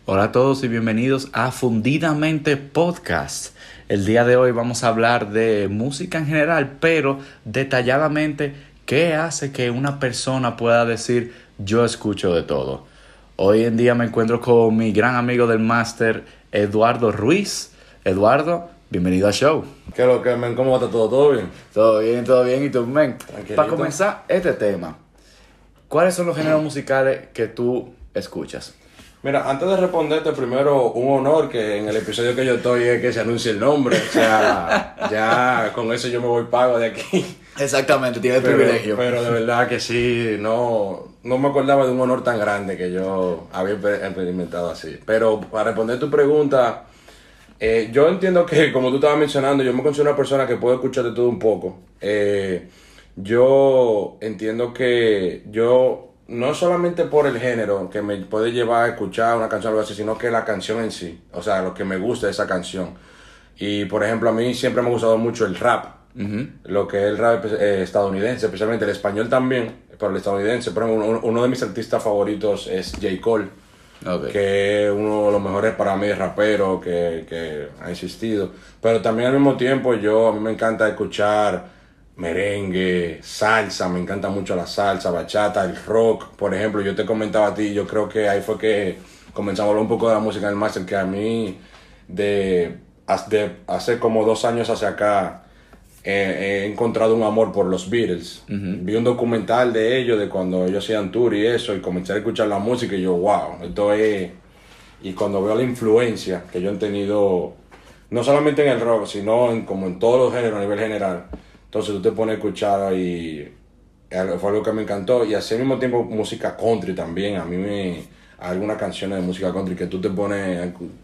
Hola a todos y bienvenidos a Fundidamente Podcast. El día de hoy vamos a hablar de música en general, pero detalladamente qué hace que una persona pueda decir yo escucho de todo. Hoy en día me encuentro con mi gran amigo del máster, Eduardo Ruiz. Eduardo, bienvenido al show. ¿Qué es lo que, men? ¿Cómo está todo? ¿Todo bien? Todo bien. ¿Y tú, men? Tranquilito. Para comenzar este tema, ¿cuáles son los géneros musicales que tú escuchas? Mira, antes de responderte, primero un honor que en el episodio que yo estoy es que se anuncie el nombre. O sea, ya con eso yo me voy pago de aquí. Exactamente, tienes privilegio. Pero de verdad que sí, no me acordaba de un honor tan grande que yo había experimentado así. Pero para responder tu pregunta, yo entiendo que, como tú estabas mencionando, yo me considero una persona que puede escuchar de todo un poco. Yo entiendo que yo, no solamente por el género que me puede llevar a escuchar una canción o algo así, sino que la canción en sí, o sea, lo que me gusta de esa canción. Y por ejemplo, a mí siempre me ha gustado mucho el rap, lo que es el rap estadounidense, especialmente el español también, pero el estadounidense. Por ejemplo, uno de mis artistas favoritos es J. Cole, Okay. que es uno de los mejores para mí raperos que ha existido. Pero también al mismo tiempo a mí me encanta escuchar merengue, salsa, me encanta mucho la salsa, bachata, el rock. Por ejemplo, yo te comentaba a ti, yo creo que ahí fue que comenzamos a hablar un poco de la música en el máster, que a mí de hace como 2 años hacia acá he encontrado un amor por los Beatles. Vi un documental de ellos, de cuando ellos hacían tour y eso, y comencé a escuchar la música y yo, wow, esto es... Y cuando veo la influencia que ellos han tenido, no solamente en el rock, sino como en todos los géneros a nivel general. Entonces tú te pones a escuchar y fue algo que me encantó. Y así al mismo tiempo música country también. Hay algunas canciones de música country que tú te pones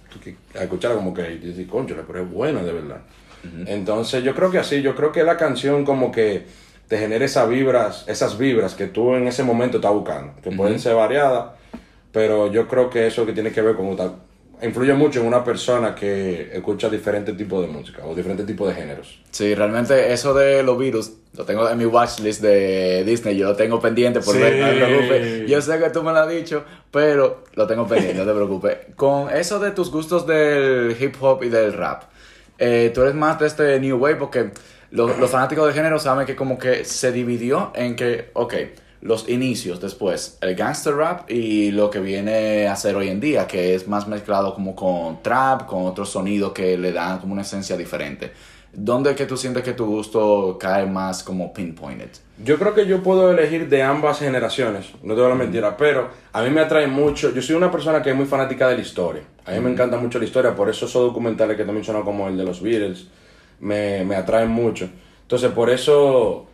a escuchar como que dices, concho, pero es buena de verdad. Entonces yo creo que la canción como que te genera esas vibras que tú en ese momento estás buscando, que pueden ser variadas, pero yo creo que eso que tiene que ver con influye mucho en una persona que escucha diferentes tipos de música o diferentes tipos de géneros. Sí, realmente eso de los virus lo tengo en mi watchlist de Disney, yo lo tengo pendiente por ver, no te preocupes. Yo sé que tú me lo has dicho, pero lo tengo pendiente, no te preocupes. Con eso de tus gustos del hip hop y del rap, tú eres más de este New Wave porque los fanáticos de género saben que como que se dividió en que, los inicios después, el gangster rap y lo que viene a ser hoy en día, que es más mezclado como con trap, con otros sonidos que le dan como una esencia diferente. ¿Dónde es que tú sientes que tu gusto cae más como pinpointed? Yo creo que yo puedo elegir de ambas generaciones, no te voy a mentir, pero a mí me atrae mucho. Yo soy una persona que es muy fanática de la historia. A mí me encanta mucho la historia, por eso esos documentales que te menciono como el de los Beatles me atraen mucho. Entonces por eso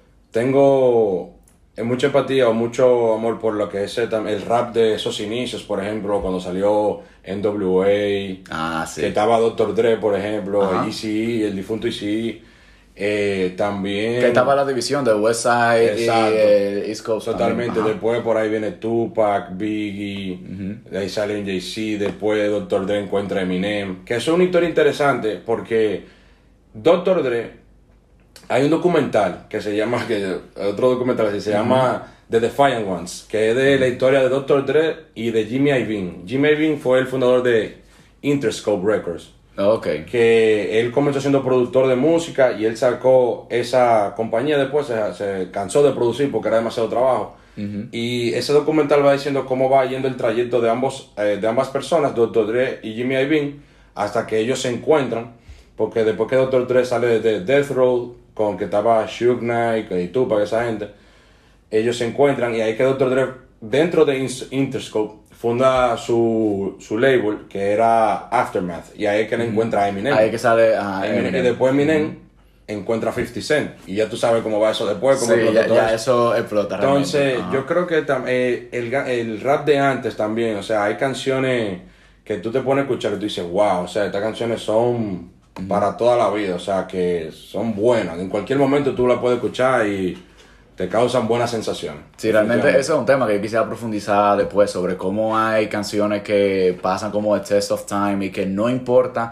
tengo mucha empatía o mucho amor por lo que es el rap de esos inicios, por ejemplo, cuando salió NWA, sí. que estaba Dr. Dre, por ejemplo, Eazy-E, el difunto Eazy-E, también... Que estaba la división de West Side y East Coast. Totalmente, después por ahí viene Tupac, Biggie, de ahí sale Jay-Z, después Dr. Dre encuentra Eminem, que eso es una historia interesante porque Dr. Dre... Hay un documental que se llama, se llama The Defiant Ones, que es de la historia de Dr. Dre y de Jimmy Iovine. Jimmy Iovine fue el fundador de Interscope Records. Okay. Que él comenzó siendo productor de música y él sacó esa compañía después, se cansó de producir porque era demasiado trabajo. Y ese documental va diciendo cómo va yendo el trayecto de ambas personas, Dr. Dre y Jimmy Iovine, hasta que ellos se encuentran, porque después que Dr. Dre sale de Death Row, con que estaba Suge Knight y Tupac, esa gente, ellos se encuentran y ahí que Dr. Dre, dentro de Interscope, funda su label que era Aftermath, y ahí es que le encuentra a Eminem. Ahí es que sale Eminem. Y después Eminem encuentra a 50 Cent, y ya tú sabes cómo va eso después. Cómo ya eso explota. Entonces yo creo que el rap de antes también, o sea, hay canciones que tú te pones a escuchar y tú dices, wow, o sea, estas canciones son para toda la vida, o sea, que son buenas. En cualquier momento tú la puedes escuchar y te causan buenas sensaciones. Sí, realmente eso es un tema que yo quisiera profundizar después, sobre cómo hay canciones que pasan como el test of time y que no importa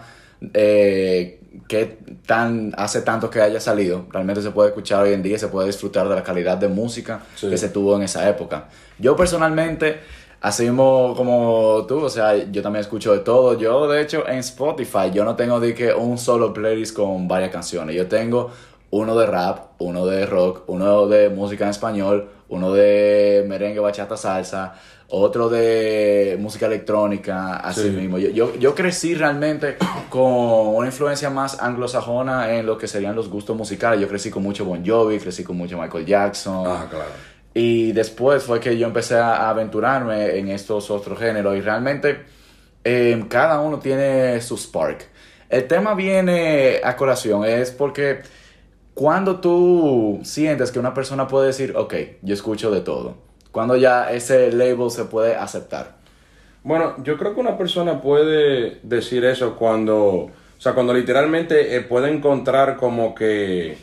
hace tanto que haya salido, realmente se puede escuchar hoy en día y se puede disfrutar de la calidad de música que se tuvo en esa época. Yo personalmente Así mismo como tú, o sea, yo también escucho de todo. Yo, de hecho, en Spotify, yo no tengo de que un solo playlist con varias canciones. Yo tengo uno de rap, uno de rock, uno de música en español, uno de merengue, bachata, salsa, otro de música electrónica, así Sí. mismo. Yo crecí realmente con una influencia más anglosajona en lo que serían los gustos musicales. Yo crecí con mucho Bon Jovi, crecí con mucho Michael Jackson. Ah, claro. Y después fue que yo empecé a aventurarme en estos otros géneros y realmente cada uno tiene su spark. El tema viene a colación, es porque cuando tú sientes que una persona puede decir, ok, yo escucho de todo, cuando ya ese label se puede aceptar. Bueno, yo creo que una persona puede decir eso cuando literalmente puede encontrar como que,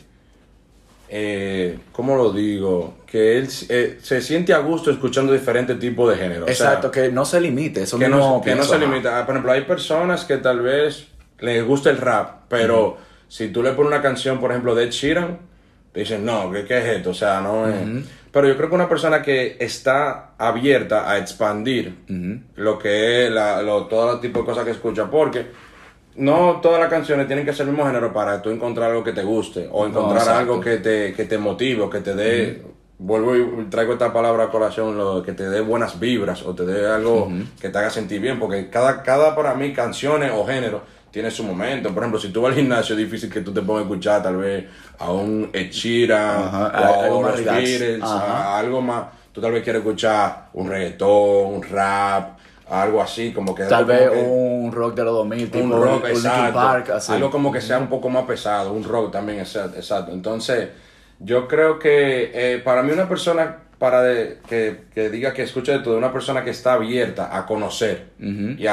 ¿cómo lo digo? Que él se siente a gusto escuchando diferentes tipos de géneros. Exacto, O sea, que no se limite, eso que mismo no pienso, se ajá. limita. Por ejemplo, hay personas que tal vez les gusta el rap, pero si tú le pones una canción, por ejemplo, de Ed Sheeran, te dicen, no, ¿qué es esto? O sea, no es... Pero yo creo que una persona que está abierta a expandir lo que es todo el tipo de cosas que escucha, porque no todas las canciones tienen que ser el mismo género para tú encontrar algo que te guste o encontrar exacto. algo que te motive o que te dé, vuelvo y traigo esta palabra a colación, que te dé buenas vibras o te dé algo que te haga sentir bien, porque cada para mí canciones o géneros tiene su momento. Por ejemplo, si tú vas al gimnasio, es difícil que tú te pongas a escuchar tal vez a un Ed Sheeran Ajá, o algo a más los relax. Beatles, Ajá. a algo más. Tú tal vez quieres escuchar un reggaetón, un rap, algo así, como que... Tal como vez que- un rock de los 2000, tipo un rock, un Linkin exacto. Park, así. Algo como que sea un poco más pesado, un rock también, exacto. Entonces, yo creo que para mí una persona que diga que escucha de todo, una persona que está abierta a conocer y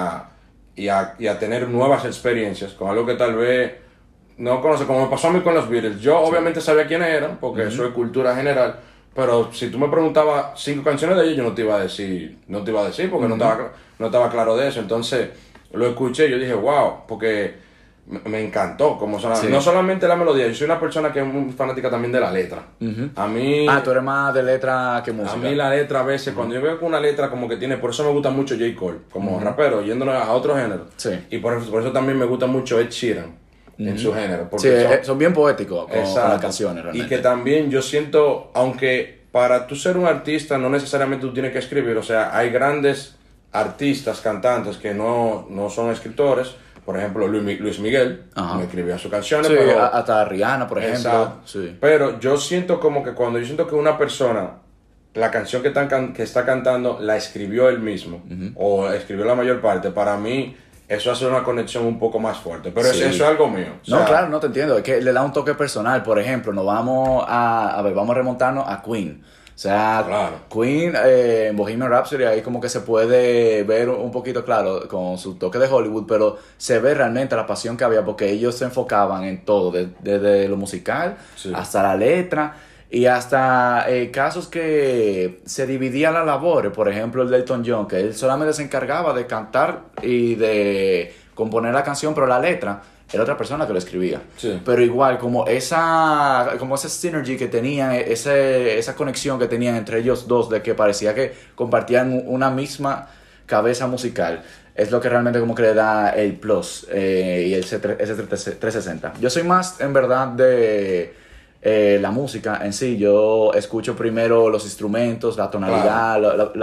a tener nuevas experiencias con algo que tal vez no conoce, como me pasó a mí con los Beatles. Yo obviamente sabía quiénes eran, porque eso es cultura general, pero si tú me preguntabas 5 canciones de ellos, yo no te iba a decir, porque no estaba claro de eso. Entonces, lo escuché y yo dije, wow, porque me encantó como suena. Sí. No solamente la melodía, yo soy una persona que es muy fanática también de la letra. A mí... Tú eres más de letra que música. A mí la letra a veces, cuando yo veo que una letra como que tiene, por eso me gusta mucho J. Cole, como rapero, yéndonos a otro género. Sí. Y por eso también me gusta mucho Ed Sheeran en su género. Sí, Porque son bien poéticos con exacto. las canciones, realmente. Y que también yo siento, aunque para tú ser un artista no necesariamente tú tienes que escribir, o sea, hay grandes artistas, cantantes que no son escritores. Por ejemplo, Luis Miguel Ajá. me escribía sus canciones, Sí, pero... hasta Rihanna, por ejemplo. Exacto. Sí. Pero yo siento como que cuando yo siento que una persona, la canción que está cantando, la escribió él mismo, o escribió la mayor parte, para mí eso hace una conexión un poco más fuerte. Pero Sí. eso es algo mío. O No, sea, claro, no te entiendo. Es que le da un toque personal. Por ejemplo, nos vamos a ver, vamos a remontarnos a Queen. O sea, Claro. Queen en Bohemian Rhapsody ahí como que se puede ver un poquito, claro, con su toque de Hollywood, pero se ve realmente la pasión que había porque ellos se enfocaban en todo, desde lo musical Sí. hasta la letra y hasta casos que se dividían las labores. Por ejemplo, el de Elton John, que él solamente se encargaba de cantar y de componer la canción, pero la letra era otra persona que lo escribía. Sí. Pero igual, como esa synergy que tenían, esa conexión que tenían entre ellos dos, de que parecía que compartían una misma cabeza musical, es lo que realmente como que le da el plus y ese 360. Yo soy más, en verdad, de la música en sí. Yo escucho primero los instrumentos, la tonalidad,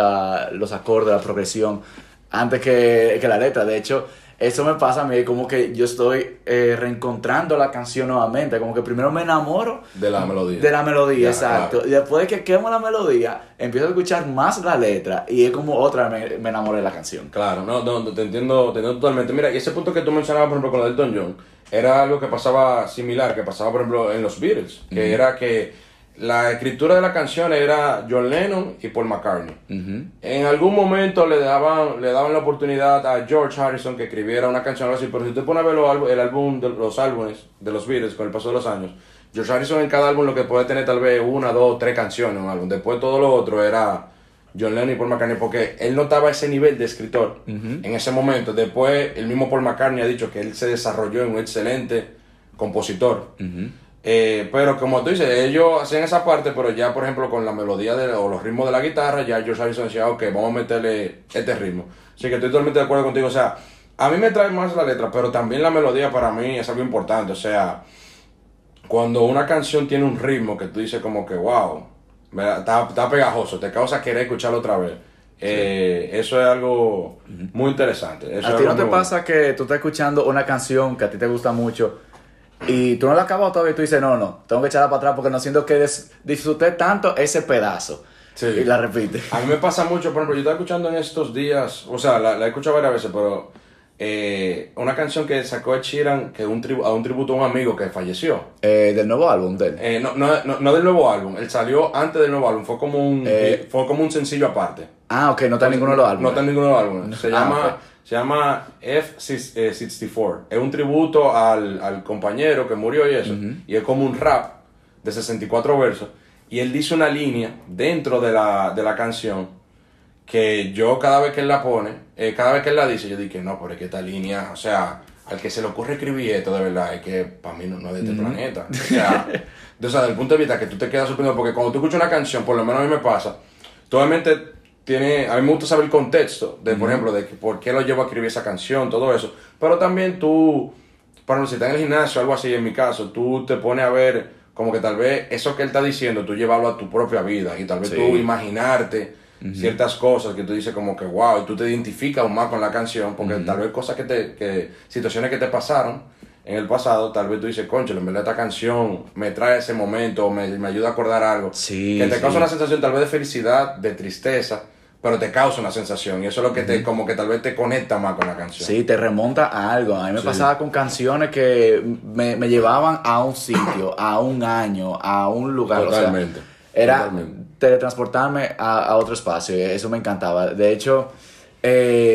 los acordes, la progresión, antes que la letra. De hecho, eso me pasa a mí, como que yo estoy reencontrando la canción nuevamente, como que primero me enamoro de la melodía. de la melodía, Ya, exacto. claro. Y después de que quemo la melodía, empiezo a escuchar más la letra y es como otra vez me enamoré de la canción. Claro, no, te entiendo totalmente. Mira, y ese punto que tú mencionabas, por ejemplo, con lo de Elton John, era algo que pasaba similar, que pasaba, por ejemplo, en los Beatles, que era que la escritura de la canción era John Lennon y Paul McCartney. En algún momento le daban la oportunidad a George Harrison que escribiera una canción algo así, pero si te pones a ver los álbumes de los Beatles con el paso de los años, George Harrison en cada álbum lo que puede tener tal vez 1, 2, 3 canciones en un álbum. Después todo lo otro era John Lennon y Paul McCartney, porque él no estaba a ese nivel de escritor en ese momento. Después el mismo Paul McCartney ha dicho que él se desarrolló en un excelente compositor. Pero como tú dices, ellos hacían esa parte, pero ya, por ejemplo, con la melodía o los ritmos de la guitarra, ya George Harrison decía, ok, vamos a meterle este ritmo. Así que estoy totalmente de acuerdo contigo. O sea, a mí me trae más la letra, pero también la melodía para mí es algo importante. O sea, cuando una canción tiene un ritmo que tú dices como que, wow, está pegajoso, te causa querer escucharlo otra vez. Eso es algo muy interesante. Eso ¿A es ti no algo te muy pasa que tú estás escuchando una canción que a ti te gusta mucho y tú no la acabas todavía y tú dices, no, tengo que echarla para atrás porque no siento que disfruté tanto ese pedazo? Sí. Y la repite. A mí me pasa mucho, por ejemplo, yo estaba escuchando en estos días, o sea, la he escuchado varias veces, pero una canción que sacó Ed Sheeran, que un tributo a un amigo que falleció. Del nuevo álbum de él. No del nuevo álbum, él salió antes del nuevo álbum, fue como un sencillo aparte. Ah, ok, no está en ninguno de los álbumes. No está en ninguno de los álbumes. Se llama F64. Es un tributo al compañero que murió y eso. Y es como un rap de 64 versos. Y él dice una línea dentro de la canción que yo cada vez que él la pone, cada vez que él la dice, yo digo que no, pero es que esta línea, o sea, al que se le ocurre escribir esto de verdad, es que para mí no es de este planeta. O sea, desde el punto de vista que tú te quedas sorprendido, porque cuando tú escuchas una canción, por lo menos a mí me pasa, tú obviamente a mí me gusta saber el contexto de, por ejemplo, de que por qué lo llevo a escribir esa canción, todo eso. Pero también tú, para no, si estás en el gimnasio o algo así, en mi caso, tú te pones a ver como que tal vez eso que él está diciendo, tú llevarlo a tu propia vida y tal vez tú imaginarte ciertas cosas que tú dices como que wow, y tú te identificas aún más con la canción, porque tal vez cosas situaciones que te pasaron en el pasado, tal vez tú dices, concho, en verdad esta canción me trae ese momento, me ayuda a acordar algo, que te causa una sensación tal vez de felicidad, de tristeza, pero te causa una sensación y eso es lo que como que tal vez te conecta más con la canción. Sí, te remonta a algo. A mí me pasaba con canciones que me llevaban a un sitio, a un año, a un lugar. Totalmente. O sea, era teletransportarme a otro espacio y eso me encantaba. De hecho, a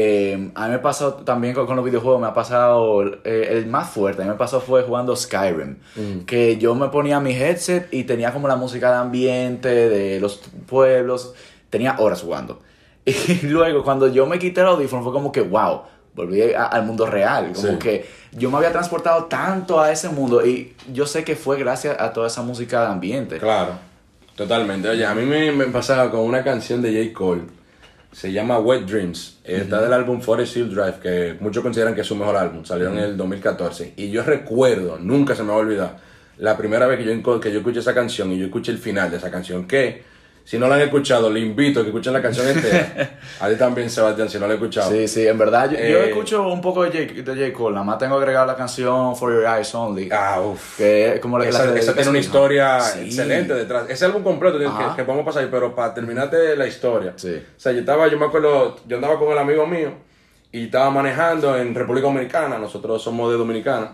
mí me pasó también con los videojuegos, me ha pasado el más fuerte, a mí me pasó fue jugando Skyrim, que yo me ponía mi headset y tenía como la música de ambiente, de los pueblos, tenía horas jugando. Y luego cuando yo me quité el audífono fue como que wow, volví al mundo real, como que yo me había transportado tanto a ese mundo y yo sé que fue gracias a toda esa música de ambiente. Claro, totalmente. Oye, a mí me pasaba con una canción de J. Cole, se llama Wet Dreams, está del álbum Forest Hill Drive, que muchos consideran que es su mejor álbum, salió en el 2014, y yo recuerdo, nunca se me va a olvidar, la primera vez que yo escuché esa canción y yo escuché el final de esa canción, que si no la han escuchado, le invito a que escuchen la canción entera. A ti también, Sebastián, si no la he escuchado. Sí, en verdad, yo escucho un poco de J. Cole, nada más tengo agregado la canción For Your Eyes Only. Que es como esa tiene una historia excelente detrás. Ese álbum completo que podemos pasar ahí, pero para terminarte la historia. Sí. O sea, yo me acuerdo, yo andaba con el amigo mío y estaba manejando en República Dominicana, nosotros somos de Dominicana,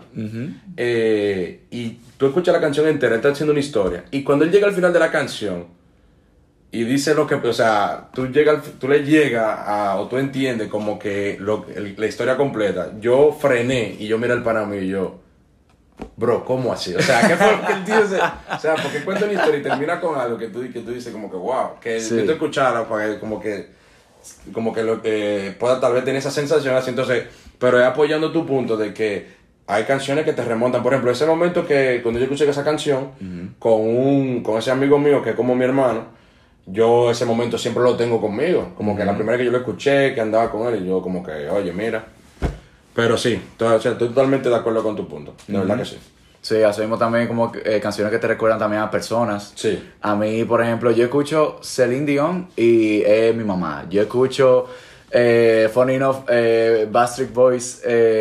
y tú escuchas la canción entera, él está haciendo una historia, y cuando él llega al final de la canción, y dice lo que, o sea, tú le llegas o tú entiendes como que la historia completa. Yo frené y yo miré al pana mío y yo, bro, ¿cómo así? O sea, ¿qué fue lo que él dice? O sea, porque cuenta una historia y termina con algo que tú dices como que wow, que yo te escuchara para como que lo que pueda tal vez tener esa sensación así. Entonces, pero es apoyando tu punto de que hay canciones que te remontan. Por ejemplo, ese momento que cuando yo escuché esa canción con ese amigo mío que es como mi hermano, yo ese momento siempre lo tengo conmigo, como que la primera que yo lo escuché, que andaba con él, y yo como que, oye, mira. Pero sí, estoy totalmente de acuerdo con tu punto, de verdad que sí. Sí, así mismo también como canciones que te recuerdan también a personas. Sí. A mí, por ejemplo, yo escucho Celine Dion y mi mamá. Yo escucho, funny enough, Backstreet Boys,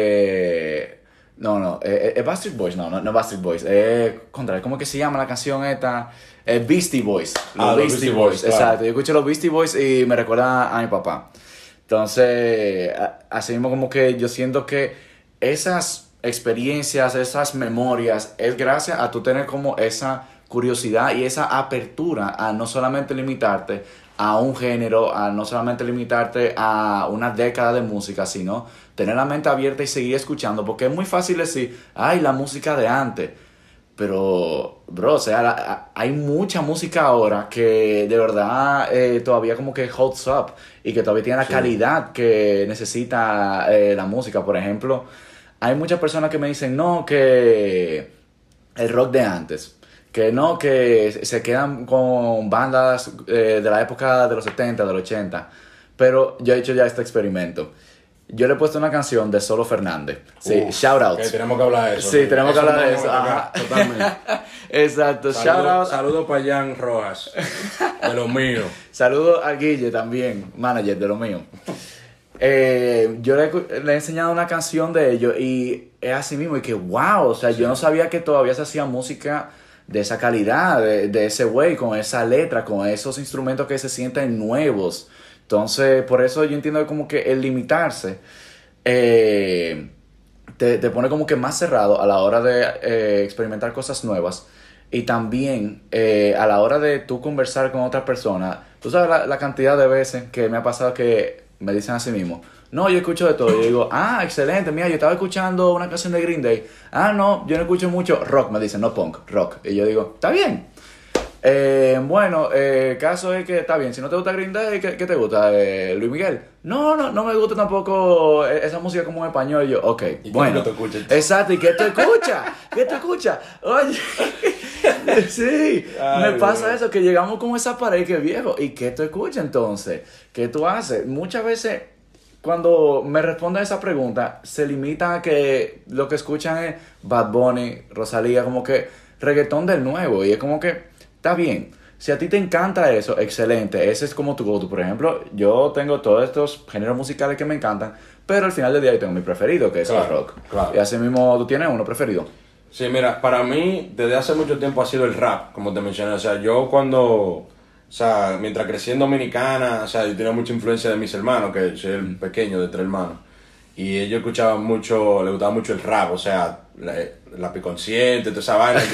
Backstreet Boys, no Backstreet Boys. ¿Cómo que se llama la canción esta? Beastie Boys. Los Beastie Boys, claro. Exacto. Yo escucho los Beastie Boys y me recuerda a mi papá. Entonces, así mismo como que yo siento que esas experiencias, esas memorias, es gracias a tú tener como esa curiosidad y esa apertura a no solamente limitarte a un género, a no solamente limitarte a una década de música, sino tener la mente abierta y seguir escuchando, porque es muy fácil decir, ay, la música de antes. Pero, bro, o sea, hay mucha música ahora que de verdad todavía como que holds up y que todavía tiene la calidad que necesita la música. Por ejemplo, hay muchas personas que me dicen, no, que el rock de antes. Que no, que se quedan con bandas de la época de los 70, de los 80. Pero yo he hecho ya este experimento. Yo le he puesto una canción de Solo Fernández. Sí, shout out. Que tenemos que hablar de eso. Sí, tenemos que hablar de eso. Totalmente. Exacto, shout out. Saludos para Jan Rojas, de lo mío. Saludos a Guille también, manager de lo mío. Yo le he enseñado una canción de ellos y es así mismo. Y que wow, o sea, yo no sabía que todavía se hacía música de esa calidad, de ese güey, con esa letra, con esos instrumentos que se sienten nuevos. Entonces, por eso yo entiendo como que el limitarse te pone como que más cerrado a la hora de experimentar cosas nuevas. Y también a la hora de tú conversar con otra persona, tú sabes la cantidad de veces que me ha pasado que me dicen a sí mismo, no, yo escucho de todo. Yo digo, excelente, mira, yo estaba escuchando una canción de Green Day. No, yo no escucho mucho rock, me dicen, no punk, rock. Y yo digo, está bien. Bueno, caso es que está bien. Si no te gusta Green Day, ¿qué te gusta? ¿Luis Miguel? No me gusta tampoco esa música como en español. Y yo, ok, ¿Y bueno. qué te escuchas? Exacto, ¿y qué te escuchas? ¿Qué te escuchas? Oye, sí, me pasa eso, que llegamos con esa pared que viejo. ¿Y qué tú escuchas entonces? ¿Qué tú haces? Muchas veces, cuando me responden a esa pregunta, se limitan a que lo que escuchan es Bad Bunny, Rosalía, como que reggaetón del nuevo. Y es como que está bien. Si a ti te encanta eso, excelente. Ese es como tu go-to. Por ejemplo, yo tengo todos estos géneros musicales que me encantan, pero al final del día yo tengo mi preferido, que es el rock. Claro. Y así mismo, ¿tú tienes uno preferido? Sí, mira, para mí, desde hace mucho tiempo ha sido el rap, como te mencioné. O sea, yo mientras crecí en Dominicana, o sea, yo tenía mucha influencia de mis hermanos, que soy el pequeño de 3 hermanos. Y ellos escuchaban mucho, les gustaba mucho el rap, o sea, lápiz consciente, toda esa vaina.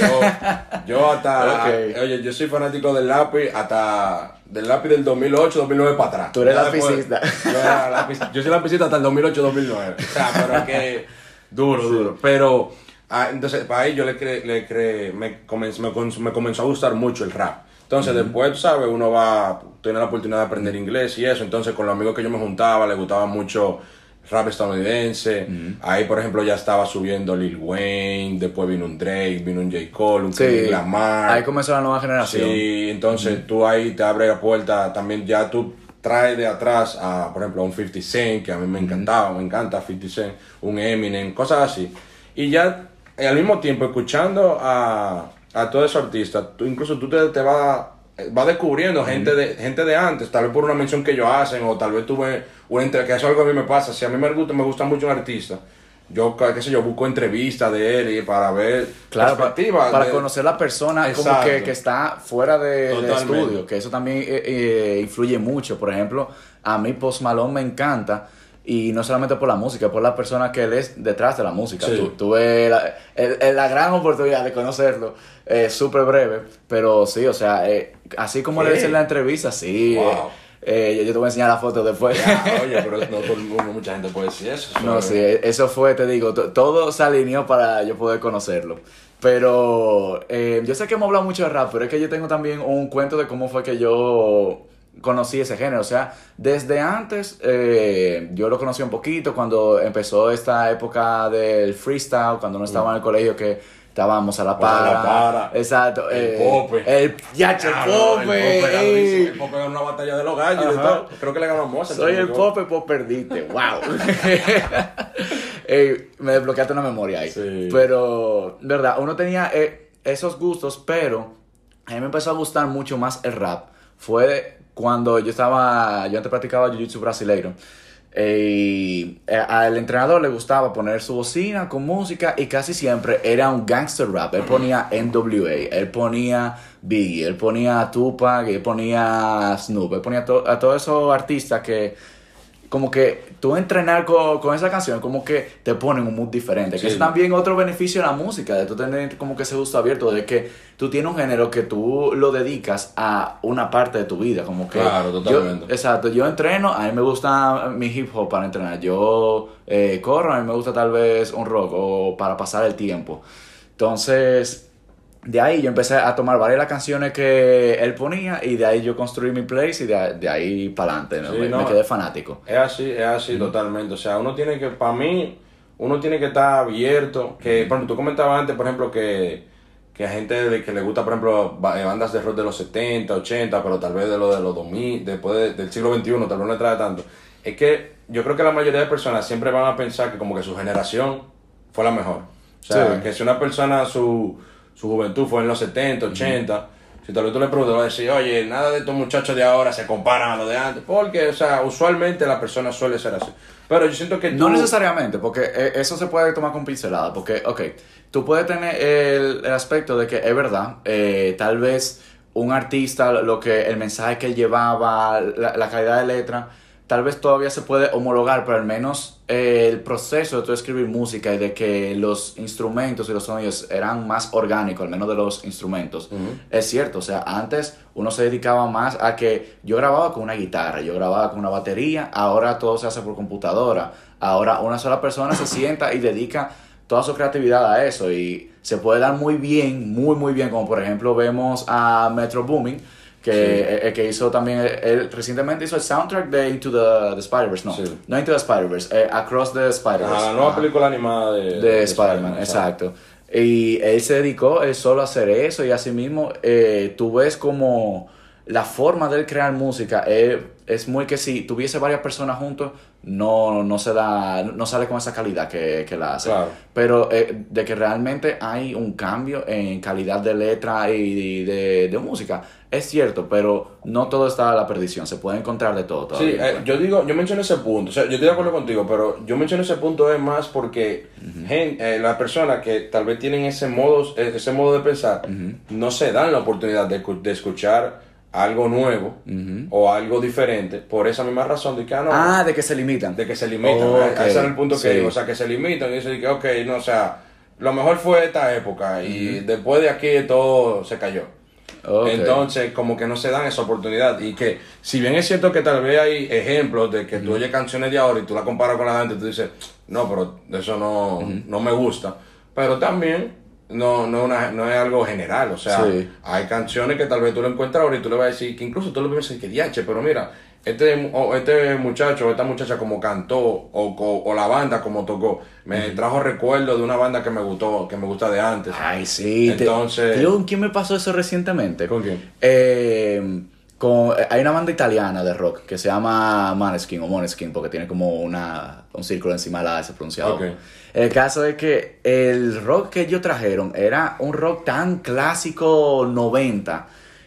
Yo hasta, oye, yo soy fanático del lápiz del 2008, 2009 para atrás. Tú eres lapicista. Yo soy lapicista hasta el 2008, 2009. O sea, pero es que duro. Pero, entonces, para ahí yo me comenzó a gustar mucho el rap. Entonces, después, tú sabes, uno tiene la oportunidad de aprender inglés y eso. Entonces, con los amigos que yo me juntaba, les gustaba mucho rap estadounidense. Ahí, por ejemplo, ya estaba subiendo Lil Wayne, después vino un Drake, vino un J. Cole, un Kendrick Lamar. Ahí comenzó la nueva generación. Sí, entonces tú ahí te abres la puerta, también ya tú traes de atrás por ejemplo, a un 50 Cent, que a mí me encantaba, me encanta 50 Cent, un Eminem, cosas así. Y ya, al mismo tiempo, escuchando a todos esos artistas, incluso tú te vas descubriendo gente de antes, tal vez por una mención que ellos hacen, o tal vez tuve que eso es algo que a mí me pasa. Si a mí me gusta mucho un artista, yo, qué sé yo, busco entrevistas de él y para ver perspectivas. Para conocer la persona como que está fuera del estudio, que eso también influye mucho. Por ejemplo, a mí Post Malone me encanta. Y no solamente por la música, por la persona que él es detrás de la música. Sí. Tuve la gran oportunidad de conocerlo, súper breve, pero sí, o sea, así como le dicen en la entrevista, sí. Wow. Yo te voy a enseñar la foto después. Oye, pero no mucha gente puede decir eso. No, sí, eso fue, te digo, todo se alineó para yo poder conocerlo. Pero yo sé que hemos hablado mucho de rap, pero es que yo tengo también un cuento de cómo fue que yo conocí ese género. O sea, desde antes yo lo conocí un poquito cuando empezó esta época del freestyle, cuando no estaba en el colegio, que estábamos a la para. Exacto. El Pope. El Pope. El Pope ganó una batalla de los gallos y todo. Creo que le ganó a Mozart. Soy el Pope, pues perdiste. Wow. Me desbloqueaste una memoria ahí. Sí. Pero, verdad, uno tenía esos gustos, pero a mí me empezó a gustar mucho más el rap. Fue cuando yo antes practicaba jiu-jitsu brasileiro. Al entrenador le gustaba poner su bocina con música y casi siempre era un gangster rap. Él ponía NWA, él ponía Biggie, él ponía Tupac, él ponía Snoop, él ponía a todos esos artistas que como que tú entrenar con esa canción como que te ponen un mood diferente. Sí. Que es también otro beneficio de la música, de tú tener como que ese gusto abierto, de que tú tienes un género que tú lo dedicas a una parte de tu vida. Como que claro, totalmente. Yo entreno, a mí me gusta mi hip hop para entrenar. Yo corro, a mí me gusta tal vez un rock o para pasar el tiempo. Entonces, de ahí yo empecé a tomar varias de las canciones que él ponía y de ahí yo construí mi playlist y de ahí para adelante, ¿no? Me quedé fanático. Es así totalmente. O sea, para mí, uno tiene que estar abierto. Que, por ejemplo, tú comentabas antes, por ejemplo, que que hay gente que le gusta, por ejemplo, bandas de rock de los 70, 80, pero tal vez de los 2000, después del siglo XXI, tal vez no le trae tanto. Es que yo creo que la mayoría de personas siempre van a pensar que como que su generación fue la mejor. O sea, sí, que si una persona, su juventud fue en los 70, 80, si tal vez tú le preguntas, va a decir, oye, nada de estos muchachos de ahora se comparan a los de antes. Porque, o sea, usualmente la persona suele ser así. Pero yo siento que no necesariamente, porque eso se puede tomar con pincelada. Porque, ok, tú puedes tener el aspecto de que es verdad, tal vez un artista, el mensaje que él llevaba, la calidad de letra, tal vez todavía se puede homologar, pero al menos el proceso de tú escribir música y de que los instrumentos y los sonidos eran más orgánicos, al menos de los instrumentos, es cierto. O sea, antes uno se dedicaba más a que yo grababa con una guitarra, yo grababa con una batería, ahora todo se hace por computadora, ahora una sola persona se sienta y dedica toda su creatividad a eso y se puede dar muy bien, muy bien, como por ejemplo vemos a Metro Boomin, que hizo también, él recientemente hizo el soundtrack de Into the Spider-Verse, no Into the Spider-Verse, Across the Spider-Verse. La nueva película animada de Spider-Man, exacto. Y él se dedicó solo a hacer eso y así mismo tú ves como la forma de él crear música es muy que si tuviese varias personas juntos no sale con esa calidad que la hace. Claro. Pero de que realmente hay un cambio en calidad de letra y de música, es cierto, pero no todo está a la perdición, se puede encontrar de todo todavía. Sí, yo menciono ese punto, o sea, yo estoy de acuerdo contigo, pero yo menciono ese punto es más porque las personas que tal vez tienen ese modo de pensar, no se dan la oportunidad de escuchar algo nuevo o algo diferente por esa misma razón de que de que se limitan. De que se limitan. Okay. Ese es el punto que digo, o sea, que se limitan y dicen que ok, no, o sea, lo mejor fue esta época y después de aquí todo se cayó. Okay. Entonces, como que no se dan esa oportunidad y que, si bien es cierto que tal vez hay ejemplos de que tú oyes canciones de ahora y tú la comparas con la de antes y tú dices, no, pero eso no me gusta, pero también no es algo general, o sea, hay canciones que tal vez tú lo encuentras ahora y tú le vas a decir, que incluso tú le vas a decir que diache, pero mira, este muchacho o esta muchacha como cantó o la banda como tocó me trajo recuerdos de una banda que me gusta de antes. Ay, sí. Entonces, ¿con quién me pasó eso recientemente? ¿Con quién? Hay una banda italiana de rock que se llama Måneskin porque tiene como un círculo encima de la S pronunciado. Okay. El caso es que el rock que ellos trajeron era un rock tan clásico 90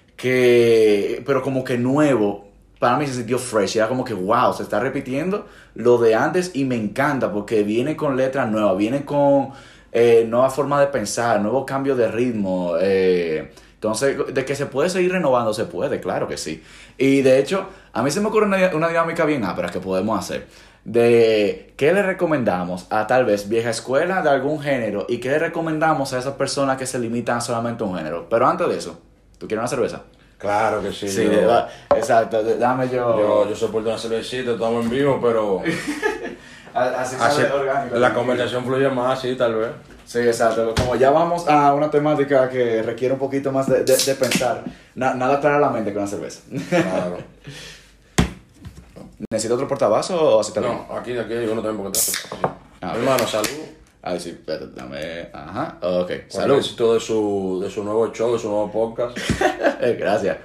pero como que nuevo. Para mí se sintió fresh, era como que wow, se está repitiendo lo de antes y me encanta porque viene con letras nuevas, viene con nueva forma de pensar, nuevo cambio de ritmo. Entonces, de que se puede seguir renovando, se puede, claro que sí. Y de hecho, a mí se me ocurre una dinámica bien ápera que podemos hacer. De qué le recomendamos a tal vez vieja escuela de algún género y qué le recomendamos a esas personas que se limitan solamente a un género. Pero antes de eso, ¿tú quieres una cerveza? Claro que sí. Sí, exacto, dame yo soporto una cervecita, estamos en vivo, pero así sale orgánico. La conversación fluye más, sí, tal vez. Sí, exacto. Como ya vamos a una temática que requiere un poquito más de pensar, nada clara a la mente con la cerveza. Claro. ¿Necesito otro portabazo o así también? No, aquí hay uno también porque está. Hermano, salud. Ay, sí, espérate, dame. Ajá, ok. Salud. Éxito de su nuevo show, de su nuevo podcast. Gracias.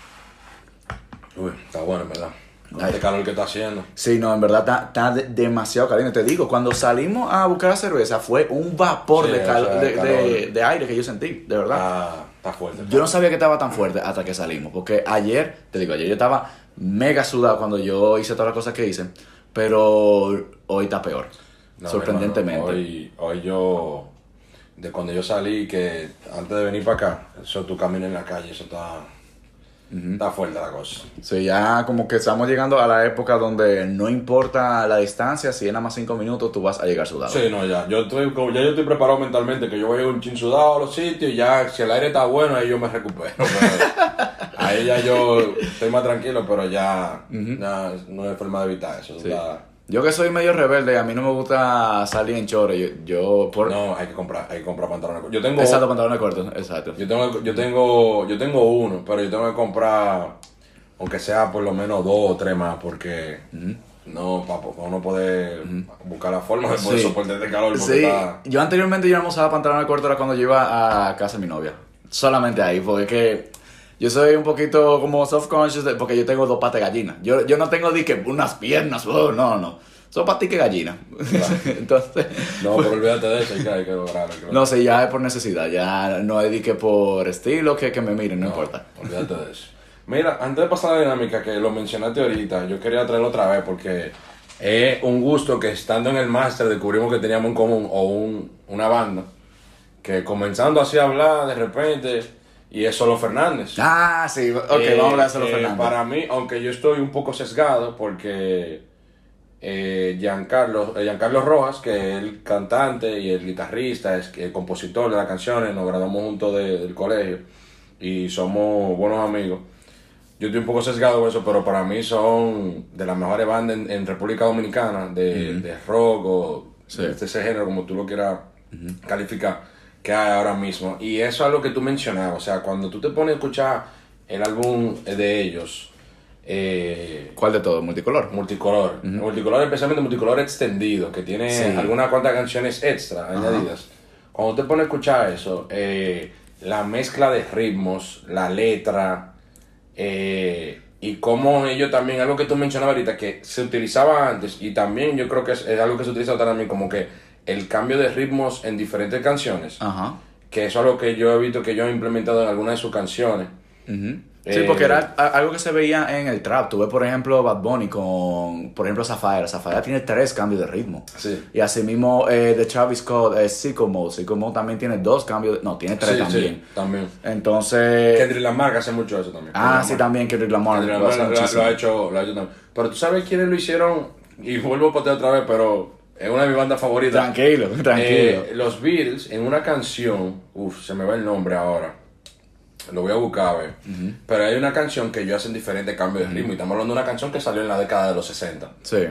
Uy, está bueno, en verdad. Este calor que está haciendo. Sí, no, en verdad está demasiado caliente. Te digo, cuando salimos a buscar la cerveza fue un vapor de aire que yo sentí, de verdad. Está fuerte. Yo no sabía que estaba tan fuerte hasta que salimos, porque ayer yo estaba mega sudado cuando yo hice todas las cosas que hice, pero hoy está peor, sorprendentemente. Hermano, hoy yo, de cuando yo salí, que antes de venir para acá, eso tú caminas en la calle, eso está fuerte la cosa. Sí, ya como que estamos llegando a la época donde no importa la distancia, si es nada más 5 minutos, tú vas a llegar sudado. Sí, no, ya yo estoy preparado mentalmente, que yo voy a ir un chin sudado a los sitios y ya, si el aire está bueno, ahí yo me recupero. Ahí ya yo estoy más tranquilo, pero ya no hay forma de evitar eso. Sí. Yo que soy medio rebelde, a mí no me gusta salir en chores. No, hay que comprar pantalones cortos. Exacto, pantalones cortos, exacto. Yo tengo uno, pero yo tengo que comprar, aunque sea por lo menos 2 o 3 más, porque No, para uno poder buscar la forma de poder soportar este calor. Porque Sí, está... yo anteriormente yo no usaba pantalones cortos era cuando yo iba a casa de mi novia. Solamente ahí, porque es que yo soy un poquito como soft-conscious porque yo tengo dos patas de gallina. Yo no tengo de que unas piernas, no. Son patas que gallina. Claro. Entonces... No, pero olvídate de eso, hay que lograrlo. No sé, ya es por necesidad, ya no es de que por estilo que me miren, no importa. Olvídate de eso. Mira, antes de pasar a la dinámica, que lo mencionaste ahorita, yo quería traerlo otra vez porque es un gusto que estando en el máster descubrimos que teníamos en común una banda que comenzando así a hablar de repente y es Solo Fernández. Ah, sí, ok, vamos a hablar de Solo Fernández. Para mí, aunque yo estoy un poco sesgado porque Giancarlo Rojas, que es el cantante y el guitarrista, es el compositor de las canciones, nos graduamos juntos del colegio y somos buenos amigos. Yo estoy un poco sesgado con eso, pero para mí son de las mejores bandas en República Dominicana, de rock o de ese género, como tú lo quieras calificar, que hay ahora mismo. Y eso es lo que tú mencionabas, o sea, cuando tú te pones a escuchar el álbum de ellos... ¿Cuál de todo? ¿Multicolor? Multicolor. Multicolor, especialmente multicolor extendido, que tiene algunas cuantas canciones extra añadidas. Cuando te pones a escuchar eso, la mezcla de ritmos, la letra... y como ellos también, algo que tú mencionabas ahorita, que se utilizaba antes, y también yo creo que es algo que se utiliza también, como que el cambio de ritmos en diferentes canciones, que eso es algo que yo he visto que ellos han implementado en algunas de sus canciones. Sí, porque era algo que se veía en el trap. Tú ves, por ejemplo, Bad Bunny con, por ejemplo, Sapphire. Sapphire tiene 3 cambios de ritmo. Sí. Y así mismo de Travis Scott, Sicko Mode. Sicko Mode también tiene 2 cambios. No, tiene 3 también. Sí, también. Entonces... Kendrick Lamar hace mucho eso también. Sí, también Kendrick Lamar. Kendrick Lamar lo ha hecho también. Pero tú sabes quiénes lo hicieron, y vuelvo a poner otra vez, pero es una de mis bandas favoritas. Tranquilo. Los Beatles, en una canción, se me va el nombre ahora. Lo voy a buscar a ver. Pero hay una canción que ellos hacen diferentes cambios de ritmo. Y estamos hablando de una canción que salió en la década de los 60. Sí.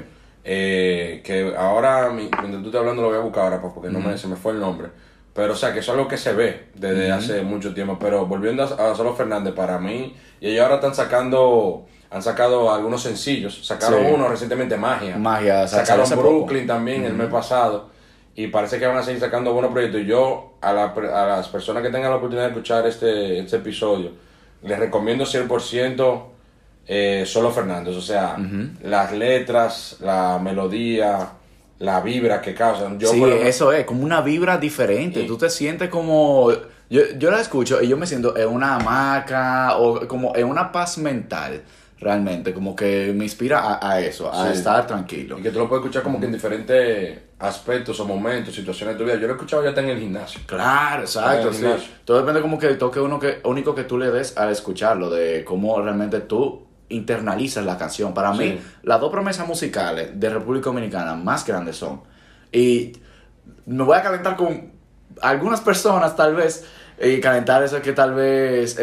Que ahora, mientras tú estás hablando, lo voy a buscar ahora, porque se me fue el nombre. Pero, o sea, que eso es algo que se ve desde hace mucho tiempo. Pero volviendo a Solo Fernández, para mí, y ellos ahora han sacado algunos sencillos. Sacaron uno recientemente, Magia. Sacaron Brooklyn también el mes pasado. Y parece que van a seguir sacando buenos proyectos. Y yo, a las personas que tengan la oportunidad de escuchar este episodio, les recomiendo 100% Solo Fernández. O sea, las letras, la melodía, la vibra que causan. Eso es, como una vibra diferente. Tú te sientes como... Yo la escucho y yo me siento en una hamaca o como en una paz mental. Realmente, como que me inspira a eso, a estar tranquilo. Y que tú lo puedes escuchar como que en diferentes aspectos o momentos, situaciones de tu vida. Yo lo he escuchado ya está en el gimnasio. Claro, exacto, sí. Todo depende como que el toque único que tú le des al escucharlo, de cómo realmente tú internalizas la canción. Para mí, las 2 promesas musicales de República Dominicana más grandes son, y me voy a calentar con algunas personas tal vez, y calentar eso que tal vez,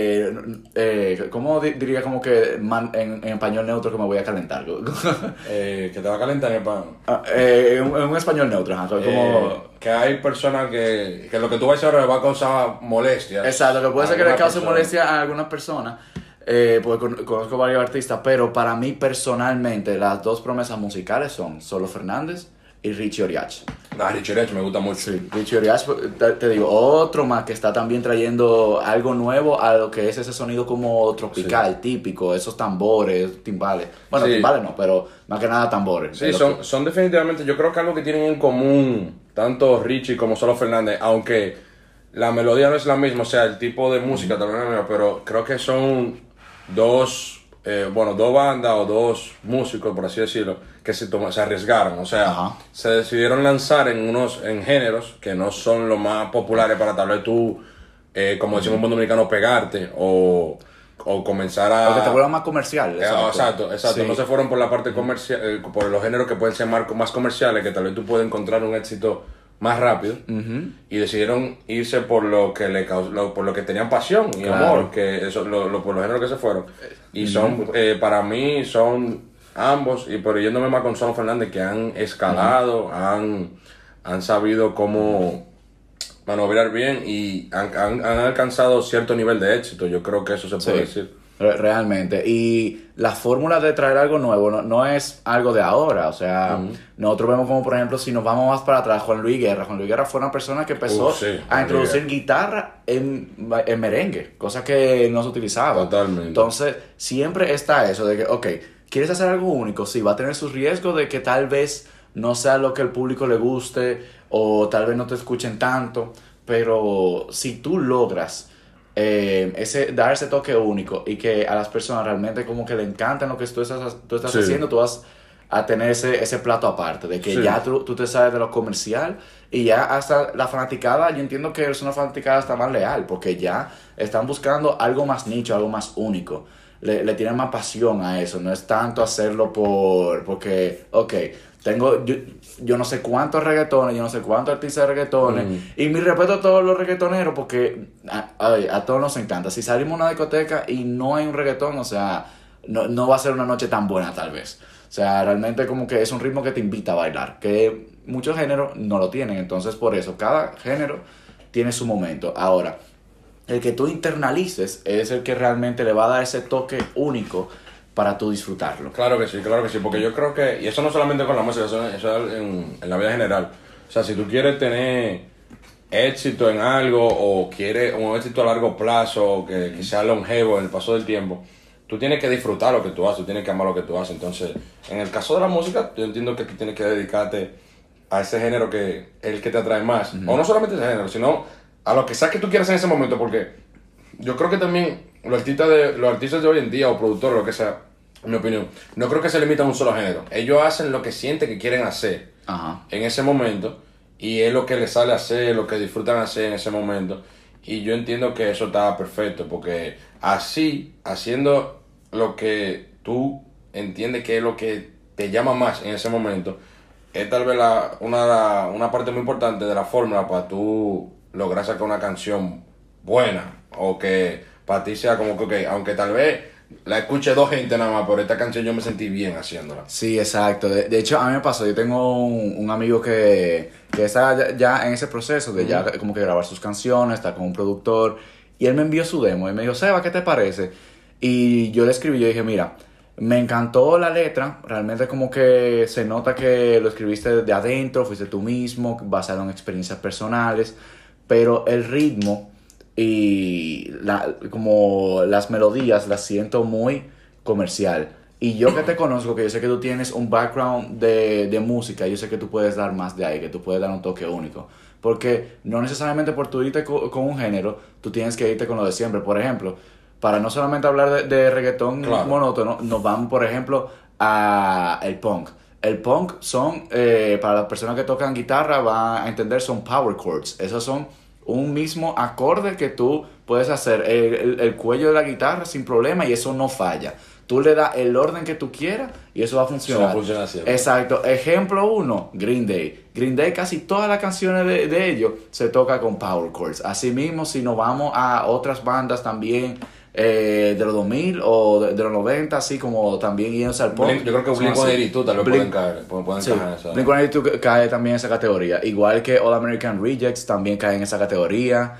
¿cómo diría como que en español neutro que me voy a calentar? Que te va a calentar en español. En un español neutro, como... que hay personas que lo que tú vas a hacer ahora le va a causar molestia. Exacto, que puede ser que le cause molestia a algunas personas, porque conozco varios artistas, pero para mí personalmente las 2 promesas musicales son Solo Fernández y Richie Oriach. Richie Oriach me gusta mucho. Sí, Richie Oriach, te digo, otro más que está también trayendo algo nuevo a lo que es ese sonido como tropical, típico, esos tambores, timbales. Bueno, timbales no, pero más que nada tambores. Sí, son definitivamente, yo creo que algo que tienen en común, tanto Richie como Solo Fernández, aunque la melodía no es la misma, o sea, el tipo de música también es la misma, pero creo que son dos bandas o 2 músicos, por así decirlo, que se arriesgaron, o sea, se decidieron lanzar en géneros que no son los más populares para tal vez tú, como decimos en buen dominicano, pegarte o comenzar a... O que te vuelva más comercial. Exacto. Sí. No se fueron por la parte comercial, por los géneros que pueden ser más comerciales, que tal vez tú puedes encontrar un éxito más rápido, y decidieron irse por lo que por lo que tenían pasión y amor, que eso por los géneros que se fueron, y son para mí son ambos, y por yéndome más con Solo Fernández, que han escalado, han sabido cómo maniobrar bien y han alcanzado cierto nivel de éxito. Yo creo que eso se puede decir. Realmente. Y la fórmula de traer algo nuevo no es algo de ahora. O sea, nosotros vemos como, por ejemplo, si nos vamos más para atrás, Juan Luis Guerra. Juan Luis Guerra fue una persona que empezó a introducir guitarra en merengue, cosa que no se utilizaba. Totalmente. Entonces, siempre está eso de que, ok, ¿quieres hacer algo único? Sí, va a tener sus riesgos de que tal vez no sea lo que al público le guste o tal vez no te escuchen tanto, pero si tú logras dar ese toque único y que a las personas realmente como que le encantan lo que tú estás haciendo, tú vas a tener ese plato aparte, de que ya tú te sabes de lo comercial y ya hasta la fanaticada, yo entiendo que es una fanaticada hasta más leal, porque ya están buscando algo más nicho, algo más único. Le tienen más pasión a eso, no es tanto hacerlo porque, ok, tengo yo no sé cuántos reggaetones, yo no sé cuántos artistas de reggaetones, y mi respeto a todos los reggaetoneros porque a todos nos encanta. Si salimos a una discoteca y no hay un reggaetón, o sea, no va a ser una noche tan buena tal vez. O sea, realmente como que es un ritmo que te invita a bailar, que muchos géneros no lo tienen, entonces por eso cada género tiene su momento. Ahora, el que tú internalices es el que realmente le va a dar ese toque único para tú disfrutarlo. Claro que sí, porque yo creo que, y eso no solamente con la música, eso en la vida general. O sea, si tú quieres tener éxito en algo o quieres un éxito a largo plazo, que sea longevo en el paso del tiempo, tú tienes que disfrutar lo que tú haces, tú tienes que amar lo que tú haces. Entonces, en el caso de la música, yo entiendo que tú tienes que dedicarte a ese género que es el que te atrae más. O no solamente ese género, sino a lo que sea que tú quieras en ese momento, porque yo creo que también los artistas de hoy en día o productores, lo que sea, en mi opinión, no creo que se limitan a un solo género. Ellos hacen lo que sienten que quieren hacer en ese momento y es lo que les sale a hacer, lo que disfrutan hacer en ese momento. Y yo entiendo que eso está perfecto porque así, haciendo lo que tú entiendes que es lo que te llama más en ese momento, es tal vez una parte muy importante de la fórmula para tú lograr sacar una canción buena o que para ti sea como que, okay, aunque tal vez la escuche 2 gente nada más, pero esta canción yo me sentí bien haciéndola. Sí, exacto. De hecho, a mí me pasó, yo tengo un amigo que está ya en ese proceso de ya como que grabar sus canciones, está con un productor, y él me envió su demo y me dijo, Seba, ¿qué te parece? Y yo le escribí, yo dije, mira, me encantó la letra, realmente como que se nota que lo escribiste de adentro, fuiste tú mismo, basado en experiencias personales, pero el ritmo y como las melodías las siento muy comercial. Y yo que te conozco, que yo sé que tú tienes un background de música, yo sé que tú puedes dar más de ahí, que tú puedes dar un toque único. Porque no necesariamente por tú irte con un género, tú tienes que irte con lo de siempre. Por ejemplo, para no solamente hablar de reggaetón monótono, nos van, por ejemplo, a el punk. El punk son, para las personas que tocan guitarra, van a entender, son power chords. Esos son un mismo acorde que tú puedes hacer el cuello de la guitarra sin problema y eso no falla. Tú le das el orden que tú quieras y eso va a funcionar. Eso va a funcionar siempre. Exacto. Ejemplo 1, Green Day. Green Day, casi todas las canciones de ellos se toca con power chords. Asimismo, si nos vamos a otras bandas también de los 2000 o de los 90, así como también yéndose al pop. Yo creo que Blink-182 tal vez pueden encajar en esa. Blink-182 cae también en esa categoría. Igual que All American Rejects también cae en esa categoría.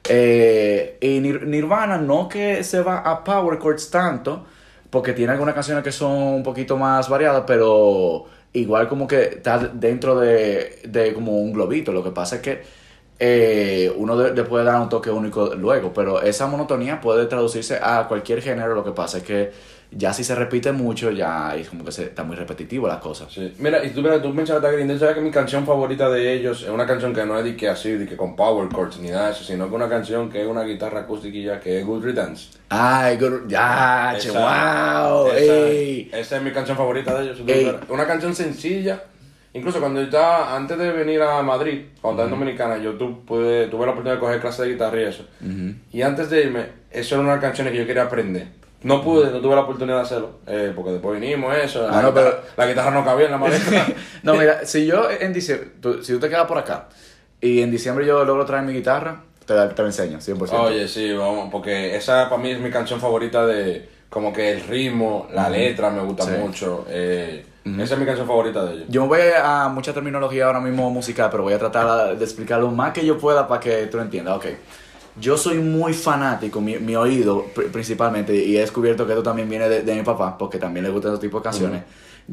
Y Nirvana no que se va a power chords tanto, porque tiene algunas canciones que son un poquito más variadas, pero igual como que está dentro de como un globito. Lo que pasa es que uno le puede dar un toque único luego, pero esa monotonía puede traducirse a cualquier género. Lo que pasa es que ya si se repite mucho, ya es como que está muy repetitivo la cosa. Sí. Mira, y tú mencionaste a Green Day, ¿sabes que mi canción favorita de ellos es una canción que no es de que así, de que con power chords ni nada de eso, sino que una canción que es una guitarra acústica que es Good Riddance? Ay, ya, wow, esa es mi canción favorita de ellos. Una canción sencilla. Incluso cuando yo estaba, antes de venir a Madrid, cuando estaba en Dominicana, yo tuve la oportunidad de coger clases de guitarra y eso. Y antes de irme, eso era una canción que yo quería aprender. No tuve la oportunidad de hacerlo, porque después vinimos, eso, la guitarra no cabía en la maleta. No, mira, si yo en diciembre, si tú te quedas por acá, y en diciembre yo logro traer mi guitarra, te la enseño, 100%. Oye, sí, vamos, porque esa para mí es mi canción favorita de, como que el ritmo, la letra me gusta mucho, esa es mi canción favorita de ellos. Yo me voy a mucha terminología ahora mismo musical, pero voy a tratar de explicar lo más que yo pueda para que tú lo entiendas. Ok. yo soy muy fanático, mi oído principalmente, y he descubierto que esto también viene de mi papá, porque también le gustan este tipo de canciones,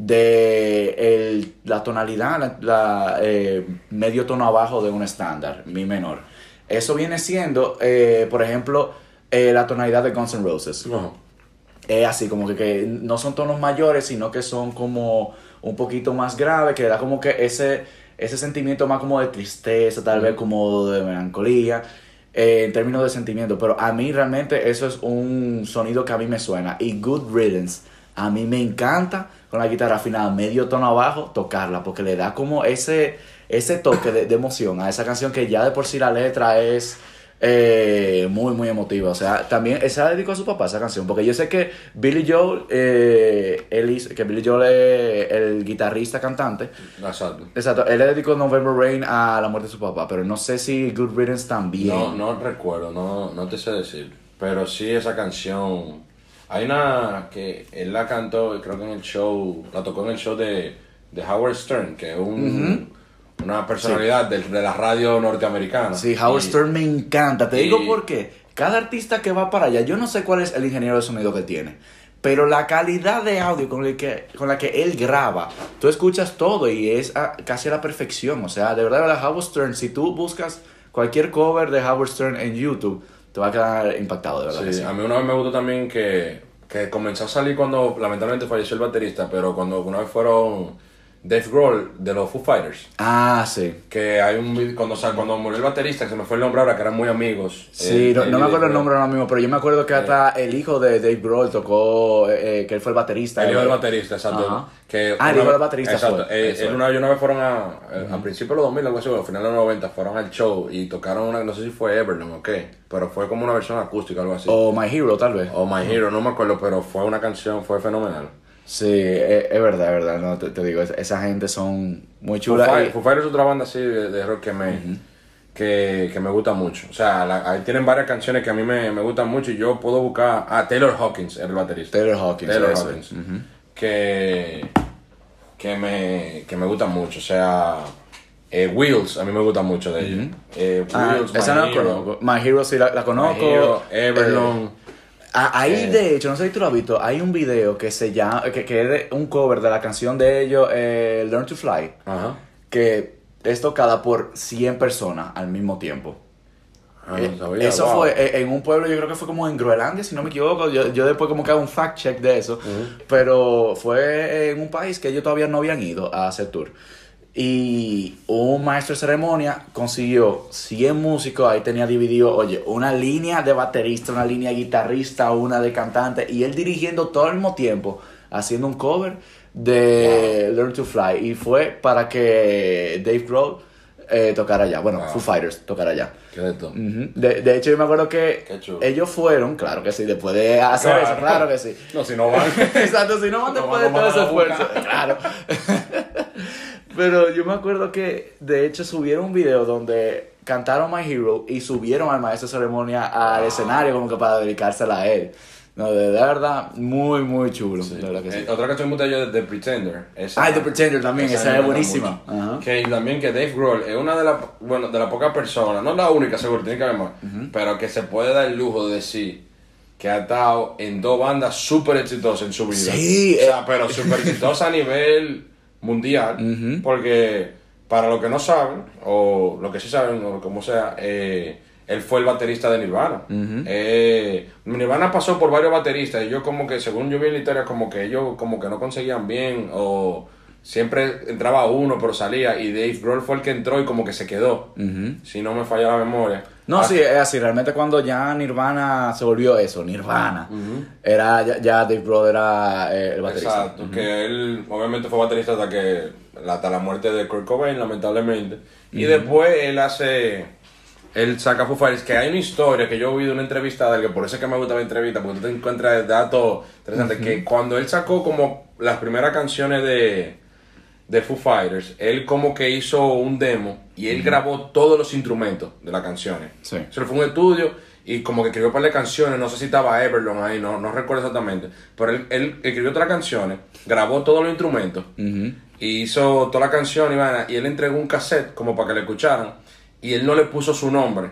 de la tonalidad, medio tono abajo de un estándar, mi menor. Eso viene siendo, por ejemplo, la tonalidad de Guns N' Roses. Es así, como que no son tonos mayores, sino que son como un poquito más graves, que da como que ese sentimiento más como de tristeza, tal vez como de melancolía, en términos de sentimiento. Pero a mí realmente eso es un sonido que a mí me suena. Y Good Riddance, a mí me encanta con la guitarra afinada, medio tono abajo, tocarla, porque le da como ese toque de emoción a esa canción, que ya de por sí la letra es muy, muy emotiva. O sea, también esa la dedicó a su papá, esa canción, porque yo sé que Billy Joel, Billy Joel es el guitarrista cantante. Exacto, él le dedicó November Rain a la muerte de su papá, pero no sé si Good Riddance también. No recuerdo, no te sé decir, pero sí esa canción, hay una que él la cantó, creo que en el show, la tocó en el show de Howard Stern, que es una personalidad de la radio norteamericana. Sí, Howard Stern me encanta. Te digo por qué. Cada artista que va para allá, yo no sé cuál es el ingeniero de sonido que tiene, pero la calidad de audio con la que él graba, tú escuchas todo y es casi a la perfección. O sea, de verdad, Howard Stern, si tú buscas cualquier cover de Howard Stern en YouTube, te va a quedar impactado, de verdad. Sí, que sí. A mí una vez me gustó también que comenzó a salir cuando lamentablemente falleció el baterista, pero cuando una vez fueron Dave Grohl de los Foo Fighters. Ah, sí. Que hay un video, cuando murió el baterista, que se me fue el nombre ahora, que eran muy amigos. Sí, no me acuerdo el nombre ahora mismo, pero yo me acuerdo que hasta el hijo de Dave Grohl tocó, que él fue el baterista. El hijo del baterista, exacto. El hijo del baterista exacto. fue. Una vez fueron a principios de los 2000, algo así, o a finales de los 90, fueron al show y tocaron una, no sé si fue Everlong o qué, pero fue como una versión acústica, algo así. O My Hero, tal vez. O My Hero, no me acuerdo, pero fue una canción, fue fenomenal. Sí, es verdad, no, te digo, esa gente son muy chulas. Foo Fighters es otra banda así de rock que me gusta mucho. O sea, ahí tienen varias canciones que a mí me gustan mucho y yo puedo buscar a Taylor Hawkins, el baterista. Taylor Hawkins. Que me gusta mucho. O sea, Wheels, a mí me gusta mucho de ellos. Wheels, esa no la conozco. My Hero sí la conozco. My Hero, Everlong. Ahí, de hecho, no sé si tú lo has visto, hay un video que se llama, que es un cover de la canción de ellos, Learn to Fly, que es tocada por 100 personas al mismo tiempo. Eso fue en un pueblo, yo creo que fue como en Groenlandia, si no me equivoco. Yo después como que hago un fact check de eso, pero fue en un país que ellos todavía no habían ido a hacer tour. Y un maestro de ceremonia consiguió 100 músicos, ahí tenía dividido, oye, una línea de baterista, una línea de guitarrista, una de cantante, y él dirigiendo todo al mismo tiempo, haciendo un cover de Learn to Fly, y fue para que Dave Grohl tocara allá, Foo Fighters tocara allá. ¿Qué de esto? De hecho, yo me acuerdo que ellos fueron, claro que sí, después de hacer eso, claro que sí. No, si no van. Exacto, si no van después de todo ese esfuerzo, claro. Pero yo me acuerdo que de hecho subieron un video donde cantaron My Hero y subieron al maestro de ceremonia al escenario como que para dedicársela a él. No, de verdad, muy, muy chulo. Sí. De verdad que sí. Otra canción que me gusta yo es The Pretender. The Pretender también, esa es buenísima. Que también que Dave Grohl es una de las pocas personas, no la única seguro, tiene que haber más, pero que se puede dar el lujo de decir que ha estado en 2 bandas súper exitosas en su vida. Sí. O sea, pero súper exitosas a nivel mundial, porque para los que no saben, o los que sí saben, o como sea, él fue el baterista de Nirvana. Nirvana pasó por varios bateristas y yo como que, según yo vi en la historia, como que ellos como que no conseguían bien, o siempre entraba uno pero salía, y Dave Grohl fue el que entró y como que se quedó, si no me falla la memoria. No, sí, es así, realmente cuando ya Nirvana se volvió eso, Nirvana, era ya Dave Grohl era el baterista. Exacto, que él obviamente fue baterista hasta la muerte de Kurt Cobain, lamentablemente, y después él saca Foo Fighters, que hay una historia que yo vi de una entrevista de él, que por eso es que me gusta la entrevista, porque tú te encuentras datos interesantes, que cuando él sacó como las primeras canciones de Foo Fighters, él como que hizo un demo y él grabó todos los instrumentos de las canciones. Sí. Se fue a un estudio y como que escribió un par de canciones, no sé si estaba Everlong ahí, no recuerdo exactamente, pero él escribió otras canciones, grabó todos los instrumentos y hizo toda la canción y él entregó un cassette como para que le escucharan y él no le puso su nombre.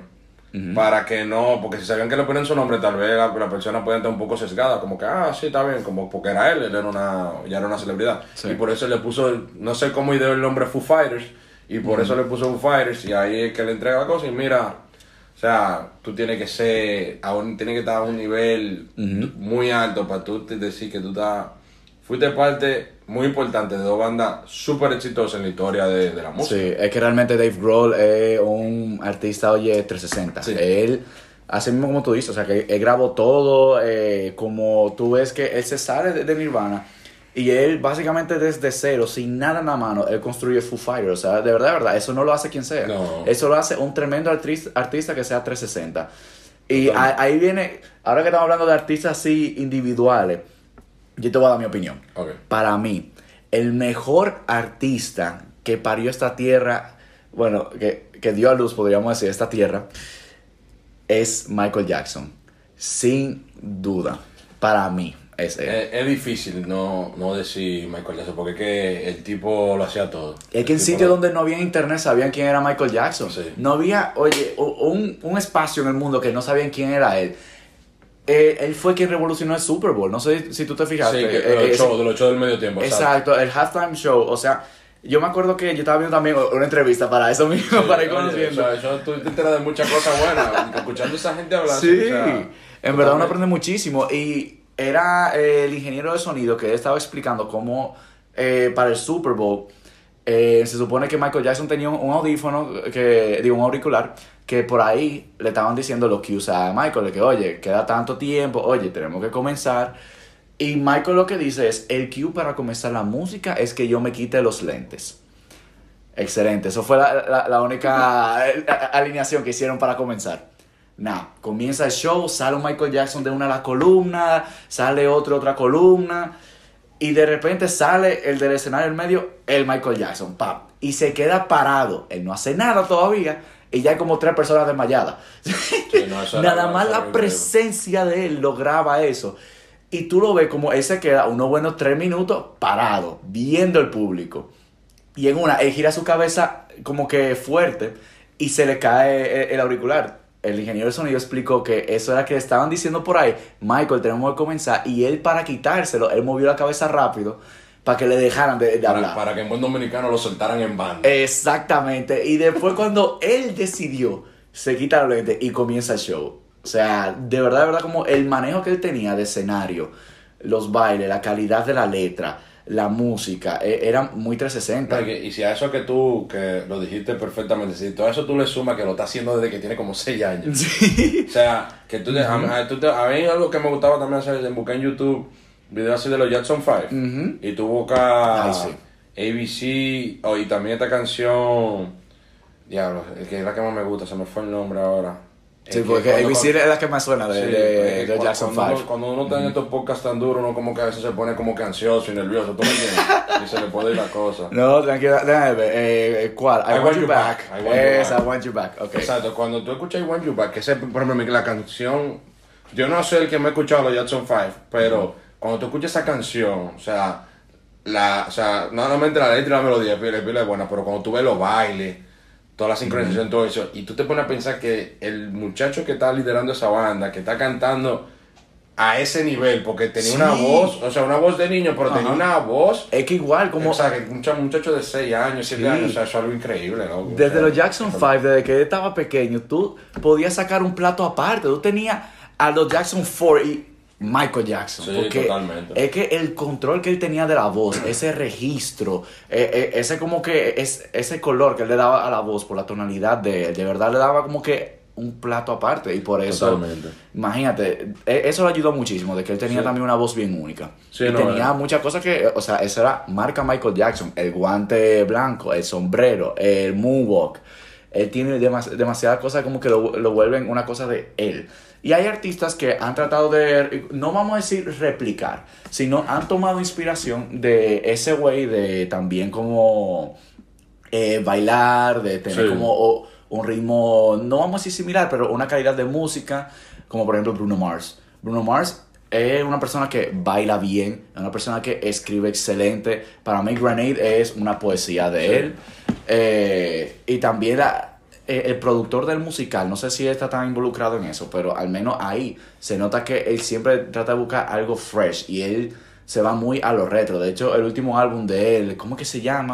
para que no, porque si sabían que le ponen su nombre, tal vez la persona puede estar un poco sesgada, como que, sí, está bien, como porque era él ya era una celebridad. Sí. Y por eso le puso, no sé cómo ideó el nombre Foo Fighters, y por eso le puso Foo Fighters, y ahí es que le entrega la cosa, y mira, o sea, tú tienes que tienes que estar a un nivel muy alto para tú decir que tú fuiste parte muy importante de dos bandas súper exitosas en la historia de la música. Sí, es que realmente Dave Grohl es un artista, oye, 360. Sí. Él, así mismo como tú dices, o sea, que él grabó todo, como tú ves que él se sale de Nirvana y él básicamente desde cero, sin nada en la mano, él construye Foo Fighters. O sea, de verdad, eso no lo hace quien sea. No. Eso lo hace un tremendo artista que sea 360. Y ahí viene, ahora que estamos hablando de artistas así individuales, yo te voy a dar mi opinión. Okay. Para mí, el mejor artista que parió esta tierra, bueno, que dio a luz, podríamos decir, esta tierra, es Michael Jackson. Sin duda. Para mí, es él. Es difícil no decir Michael Jackson, porque es que el tipo lo hacía todo. Es que en sitios donde no había internet sabían quién era Michael Jackson. Sí. No había, oye, un espacio en el mundo que no sabían quién era él. Él fue quien revolucionó el Super Bowl. No sé si tú te fijaste. Sí, de los shows del medio tiempo. Exacto, el halftime show. O sea, yo me acuerdo que yo estaba viendo también una entrevista para eso mismo, Sí, para ir oye, conociendo. o sea, tú te enteras de muchas cosas buenas, escuchando a esa gente hablar. Sí, o sea, en verdad uno aprende muchísimo. Y era el ingeniero de sonido que estaba explicando cómo para el Super Bowl se supone que Michael Jackson tenía un audífono, un auricular, que por ahí le estaban diciendo los cues a Michael, de que oye, queda tanto tiempo, oye, tenemos que comenzar. Y Michael lo que dice es, el cue para comenzar la música es que yo me quite los lentes. Excelente, eso fue la única alineación que hicieron para comenzar. Comienza el show, sale un Michael Jackson de una de las columnas, sale otra columna, y de repente sale el del escenario en medio, el Michael Jackson, ¡pam! Y se queda parado, él no hace nada todavía, y ya hay como 3 personas desmayadas. Sí, no, Nada más la presencia de él lograba eso. Y tú lo ves como él se queda unos buenos 3 minutos parado, viendo el público. Y en él gira su cabeza como que fuerte y se le cae el auricular. El ingeniero de sonido explicó que eso era que le estaban diciendo por ahí, Michael, tenemos que comenzar. Y él, para quitárselo, él movió la cabeza rápido para que le dejaran de hablar. Para que en buen dominicano lo soltaran en banda. Exactamente. Y después cuando él decidió, se quita los lentes y comienza el show. O sea, de verdad, como el manejo que él tenía de escenario, los bailes, la calidad de la letra, la música, era muy 360. Y si a eso que lo dijiste perfectamente, si todo eso tú le sumas que lo está haciendo desde que tiene como 6 años. Sí. O sea, que a mí algo que me gustaba también hacer es buscar en YouTube videos así de los Jackson 5. Y tú buscas ABC, y también esta canción, diablo, que es la que más me gusta, se me fue el nombre ahora. Sí, porque ABC es la que más suena de Jackson 5. Cuando uno está en estos podcasts tan duros, uno como que a veces se pone como que ansioso y nervioso, ¿tú me entiendes? Y se le puede ir la cosa. No, tranquila, déjame ver. ¿Cuál? I Want You Back. I Want You Back, ok. Exacto, cuando tú escuchas I Want You Back, que ese, por ejemplo, la canción, yo no soy el que me he escuchado los Jackson 5, pero cuando tú escuchas esa canción, o sea, no solamente la letra y la melodía es buena, pero cuando tú ves los bailes, toda la sincronización, todo eso, y tú te pones a pensar que el muchacho que está liderando esa banda, que está cantando a ese nivel, porque tenía una voz, o sea, una voz de niño, pero tenía una voz. Es que igual, como. O sea, que un muchacho de 6 años, 7 años, o sea, eso es algo increíble, ¿no? Desde los Jackson 5, desde que él estaba pequeño, tú podías sacar un plato aparte. Tú tenías a los Jackson 4 y Michael Jackson. Sí, porque totalmente. es que el control que él tenía de la voz, ese registro, ese como que ese color que él le daba a la voz por la tonalidad de verdad le daba como que un plato aparte. Y por eso, totalmente. Imagínate, eso le ayudó muchísimo, de que él tenía también una voz bien única. Sí, y tenía muchas cosas que, o sea, eso era marca Michael Jackson, el guante blanco, el sombrero, el moonwalk. Él tiene demasiadas cosas como que lo vuelven una cosa de él. Y hay artistas que han tratado de, no vamos a decir replicar, sino han tomado inspiración de ese güey de también como bailar, de tener como un ritmo, no vamos a decir similar, pero una calidad de música, como por ejemplo Bruno Mars. Bruno Mars es una persona que baila bien, es una persona que escribe excelente. Para mí Grenade es una poesía de él. Y también el productor del musical, no sé si él está tan involucrado en eso, pero al menos ahí se nota que él siempre trata de buscar algo fresh y él se va muy a lo retro. De hecho, el último álbum de él, ¿cómo es que se llama?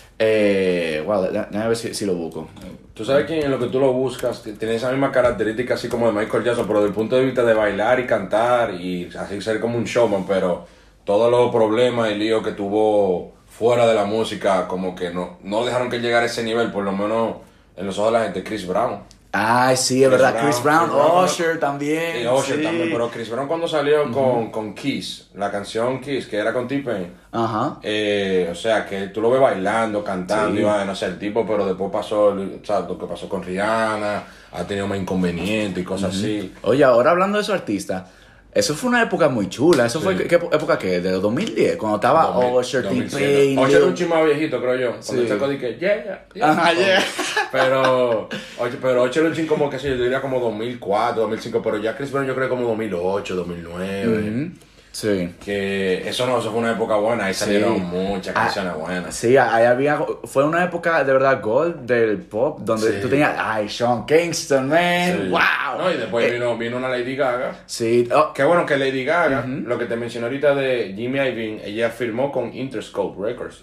Wow, déjame ver si lo busco. Tú sabes que en lo que tú lo buscas tiene esa misma característica así como de Michael Jackson, pero desde el punto de vista de bailar y cantar y así ser como un showman, pero todos los problemas y líos que tuvo fuera de la música como que no dejaron que llegara a ese nivel, por lo menos en los ojos de la gente. Chris Brown. Ay, sí, es verdad, Chris Brown, Usher también. Y Usher sí. también, pero Chris Brown cuando salió con Kiss, la canción Kiss, que era con T-Pain, o sea, que tú lo ves bailando, cantando, Sí. y va, no sé, el tipo, pero después pasó, o sea, lo que pasó con Rihanna, ha tenido más inconvenientes y cosas así. Oye, ahora hablando de esos artistas, eso fue una época muy chula. Eso fue, ¿qué época qué? ¿De los 2010? Cuando estaba Usher, T-Pain. Usher era un chisme más viejito, creo yo. Cuando Sí. sacó dije, yeah. Ajá, yeah. Pero Usher era un chisme como que sí, yo diría como 2004, 2005, pero ya Chris Brown yo creo como 2008, 2009. Sí. Que eso fue una época buena, ahí salieron muchas canciones buenas. Sí, ahí había, fue una época de verdad gold del pop, donde tú tenías, Sean Kingston, man, Sí. wow. No, y después vino una Lady Gaga. Sí, Qué bueno que Lady Gaga, lo que te mencioné ahorita de Jimmy Iovine, ella firmó con Interscope Records.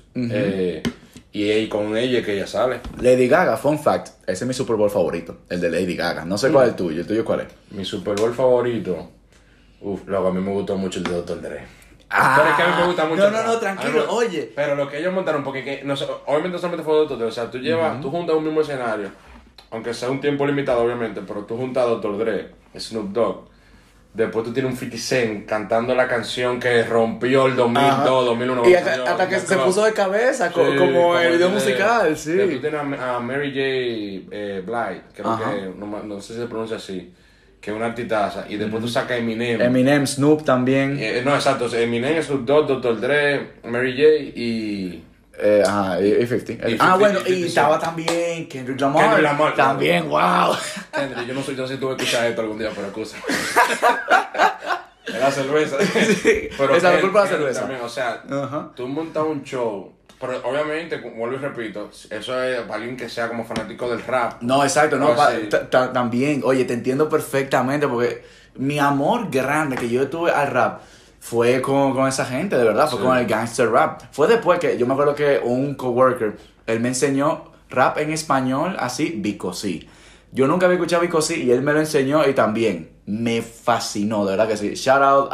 Y con ella que ella sale. Lady Gaga, fun fact, ese es mi Super Bowl favorito, el de Lady Gaga. No sé cuál es el tuyo cuál es. Mi Super Bowl favorito. Luego a mí me gustó mucho el de Dr. Dre. Pero es que a mí me gusta mucho. No, tranquilo, oye. Pero lo que ellos montaron, porque no sé, obviamente solamente fue Dr. Dre. O sea, tú juntas un mismo escenario, aunque sea un tiempo limitado, obviamente, pero tú juntas a Dr. Dre, Snoop Dogg. Después tú tienes un 50 Cent cantando la canción que rompió el 2002, 2001. Y hasta que se puso de cabeza, como el video musical, sí. Después tienes a Mary J. Blige, creo que, no sé si se pronuncia así, que es una artistaza. Y después tú sacas Eminem, Snoop también. No, exacto, Eminem, Snoop Dogg, Dr. Dre, Mary J. y 50. Bueno, y estaba también Kendrick Lamar. También, wow. Kendrick, yo no sé si tuve que escuchar esto algún día, pero excusa. Es la cerveza. Sí, pero esa es culpa de la cerveza. También, o sea, tú montas un show, pero obviamente, vuelvo y repito, eso es para alguien que sea como fanático del rap. No, exacto, no, Sí. también, oye, te entiendo perfectamente porque mi amor grande que yo tuve al rap fue con esa gente, de verdad, fue con el gangster rap. Fue después que yo me acuerdo que un coworker, él me enseñó rap en español así, Vico sí. Yo nunca había escuchado Vico sí y él me lo enseñó y también me fascinó, de verdad que sí. Shout out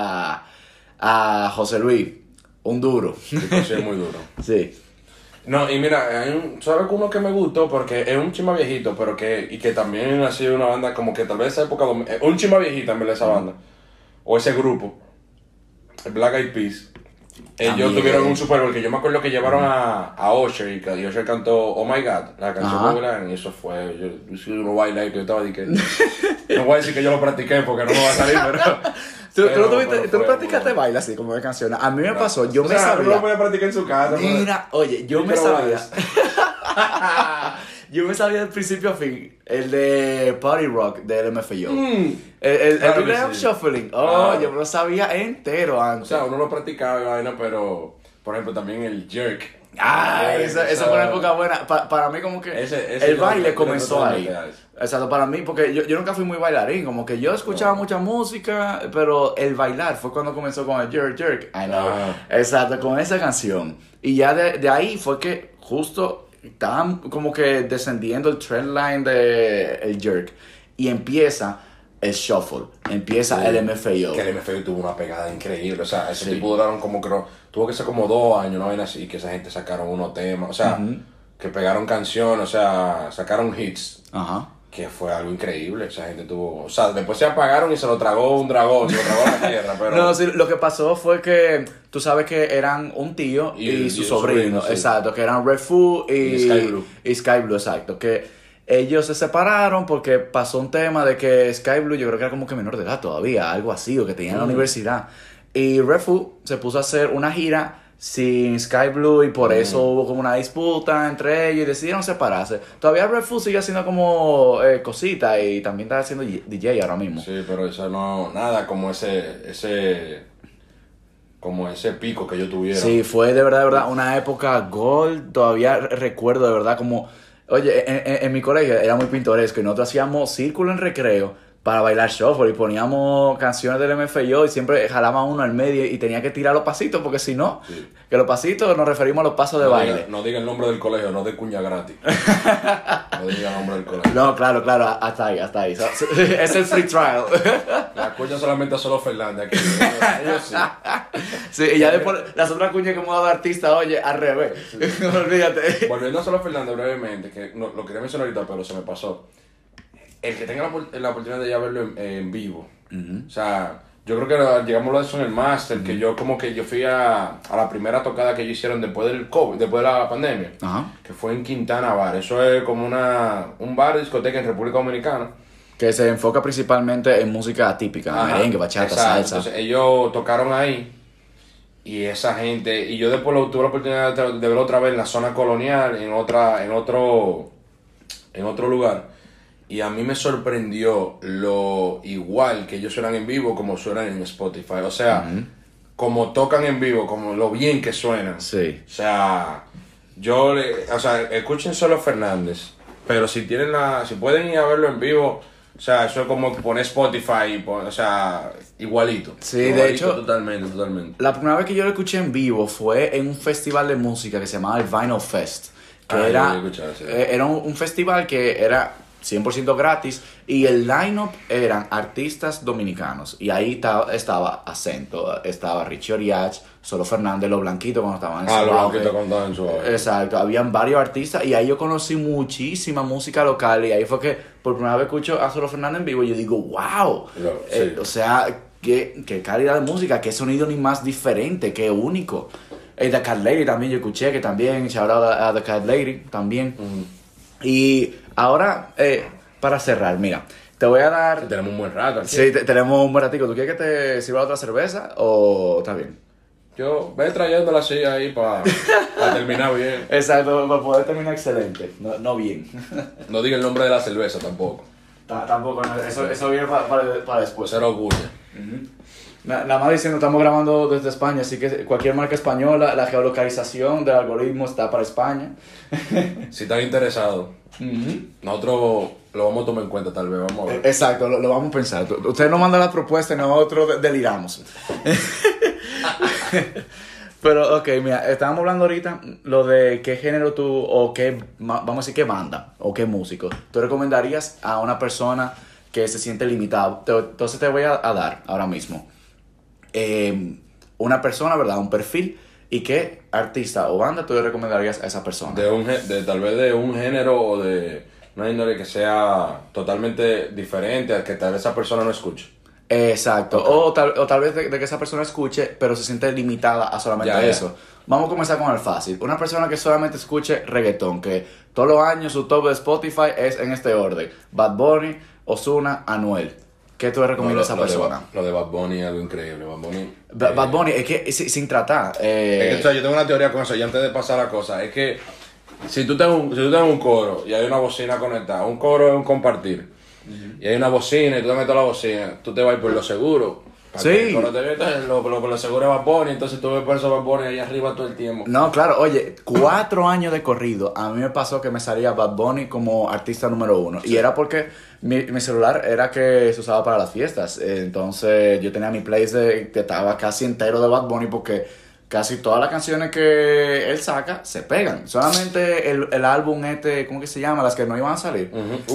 a José Luis, un duro. Vico sí es muy duro. Sí. No, y mira, ¿sabes uno que me gustó? Porque es un chima viejito, pero que también ha sido una banda como que tal vez esa época, un chima viejita en vez de esa banda, o ese grupo, el Black Eyed Peas. Ellos tuvieron un Super Bowl que yo me acuerdo que llevaron a Usher y Usher cantó Oh My God, la canción popular, y eso fue, yo hice uno baila y que yo estaba de que no voy a decir que yo lo practiqué porque no me va a salir, pero ¿Tú practicaste baile así como de canciones? A mí me pasó, yo me No sabía. lo voy a practicar en su casa. Mira, oye, yo me sabía. Yo me sabía del principio a fin el de Party Rock del MFYO. El Claro de que sí. Shuffling. Yo me lo sabía entero O antes. sea, uno lo practicaba y vaina, pero por ejemplo también el jerk. Esa fue una época buena. Para mí como que Ese el yo baile lo comenzó totalmente ahí. a eso. Exacto, para mí, porque yo nunca fui muy bailarín, como que yo escuchaba mucha música, pero el bailar fue cuando comenzó con el jerk. I know. Exacto, con esa canción. Y ya de ahí fue que justo estaban como que descendiendo el trendline de el jerk. Y empieza el shuffle, empieza el MFAO. Que el MFAO tuvo una pegada increíble. O sea, ese tipo duraron como creo, tuvo que ser como 2 años, no vaina así, que esa gente sacaron unos temas. O sea, que pegaron canciones, o sea, sacaron hits. Que fue algo increíble, esa gente tuvo... O sea, después se apagaron y se lo tragó un dragón, se lo tragó la tierra, pero... No, sí, lo que pasó fue que tú sabes que eran un tío y su sobrino, sí. exacto, que eran Red Fu y Sky Blue. Y Sky Blue, exacto, que ellos se separaron porque pasó un tema de que Sky Blue yo creo que era como que menor de edad todavía, algo así, o que tenía en la universidad. Y Red Fu se puso a hacer una gira sin Sky Blue y por eso hubo como una disputa entre ellos y decidieron separarse. Todavía Red Fu sigue haciendo como cositas y también está haciendo DJ ahora mismo. Sí, pero eso no, nada como ese pico que ellos tuvieron. Sí, fue de verdad, una época gold. Todavía recuerdo de verdad como Oye, en mi colegio era muy pintoresco y nosotros hacíamos círculo en recreo para bailar shuffle y poníamos canciones del MFYO y siempre jalaba uno al medio y tenía que tirar los pasitos porque si no, Sí. que los pasitos nos referimos a los pasos de baile. No diga el nombre del colegio, no de cuña gratis. No diga el nombre del colegio. No, claro, hasta ahí. Es el free trial. La cuña solamente a Solo Fernández aquí. Ellos sí. Sí, y ya después las otras cuñas que hemos dado de artista, oye, al revés. Olvídate. Volviendo a Solo Fernández brevemente, que no, lo quería mencionar ahorita, pero se me pasó. El que tenga la oportunidad de ya verlo en vivo. O sea, yo creo que llegamos a eso en el máster, que yo como que yo fui a la primera tocada que ellos hicieron después del COVID, después de la pandemia, Ajá. que fue en Quintana Bar. Eso es como un bar de discoteca en República Dominicana. Que se enfoca principalmente en música típica, Ajá, merengue, bachata, exacto. salsa. Entonces ellos tocaron ahí y esa gente, y yo después tuve la oportunidad de verlo otra vez en la zona colonial, en otro lugar, y a mí me sorprendió lo igual que ellos suenan en vivo como suenan en Spotify. O sea, como tocan en vivo, como lo bien que suenan. Sí. O sea, escuchen Solo Fernández, pero si pueden ir a verlo en vivo, o sea, eso es como poner Spotify, o sea, igualito. Sí, Igualito, de hecho, totalmente. La primera vez que yo lo escuché en vivo fue en un festival de música que se llamaba el Vinyl Fest. Que Yo era, lo he escuchado, sí. era un festival que era 100% gratis y el line-up eran artistas dominicanos. Y ahí estaba Acento, estaba Richie Oriach, Solo Fernández, Los Blanquitos cuando estaban en su Los auge. Blanquitos cuando estaban en su auge. Exacto, habían varios artistas y ahí yo conocí muchísima música local y ahí fue que por primera vez escucho a Solo Fernández en vivo y yo digo, wow, Sí. o sea, qué calidad de música, qué sonido ni más diferente, qué único. The Cat Lady también yo escuché, que también, shout out a The Cat Lady también. Y ahora, para cerrar, mira, te voy a dar... Tenemos un buen rato aquí. Sí, tenemos un buen ratico. ¿Tú quieres que te sirva otra cerveza o está bien? Yo ve trayéndola así ahí para terminar bien. Exacto, para poder terminar excelente, no bien. No diga el nombre de la cerveza tampoco. Tampoco, no, eso viene para después. Cero orgullo. Nada más diciendo, estamos grabando desde España, así que cualquier marca española, la geolocalización del algoritmo está para España. Si están interesados, nosotros lo vamos a tomar en cuenta tal vez, vamos a ver. Exacto, lo vamos a pensar. Usted nos manda la propuesta y nosotros deliramos. Pero, ok, mira, estábamos hablando ahorita lo de qué género tú, o qué, vamos a decir, qué banda, o qué músico tú recomendarías a una persona que se siente limitado. Entonces te voy a dar ahora mismo una persona, ¿verdad? Un perfil, y qué artista o banda tú le recomendarías a esa persona. Tal vez de un género o de una índole que sea totalmente diferente al que tal vez esa persona no escuche. Exacto, okay. o tal vez de que esa persona escuche, pero se siente limitada a solamente eso. Vamos a comenzar con el fácil. Una persona que solamente escuche reggaetón, que todos los años su top de Spotify es en este orden: Bad Bunny, Ozuna, Anuel. ¿Qué tú le recomiendas a esa persona? Lo de Bad Bunny es algo increíble. Bad Bunny, es que sin tratar. Es que, o sea, yo tengo una teoría con eso, y antes de pasar a la cosa, es que si tú tienes un coro y hay una bocina conectada, un coro es un compartir, y hay una bocina y tú te metes la bocina, tú te vas por lo seguro. Sí. Cuando te metes por lo seguro es Bad Bunny, entonces tú ves por eso Bad Bunny ahí arriba todo el tiempo. No, claro, oye, 4 años de corrido, a mí me pasó que me salía Bad Bunny como artista número 1. Sí. Y era porque mi celular era que se usaba para las fiestas. Entonces yo tenía mi playlist que estaba casi entero de Bad Bunny porque casi todas las canciones que él saca se pegan. Solamente el álbum ¿cómo que se llama? Las que no iban a salir.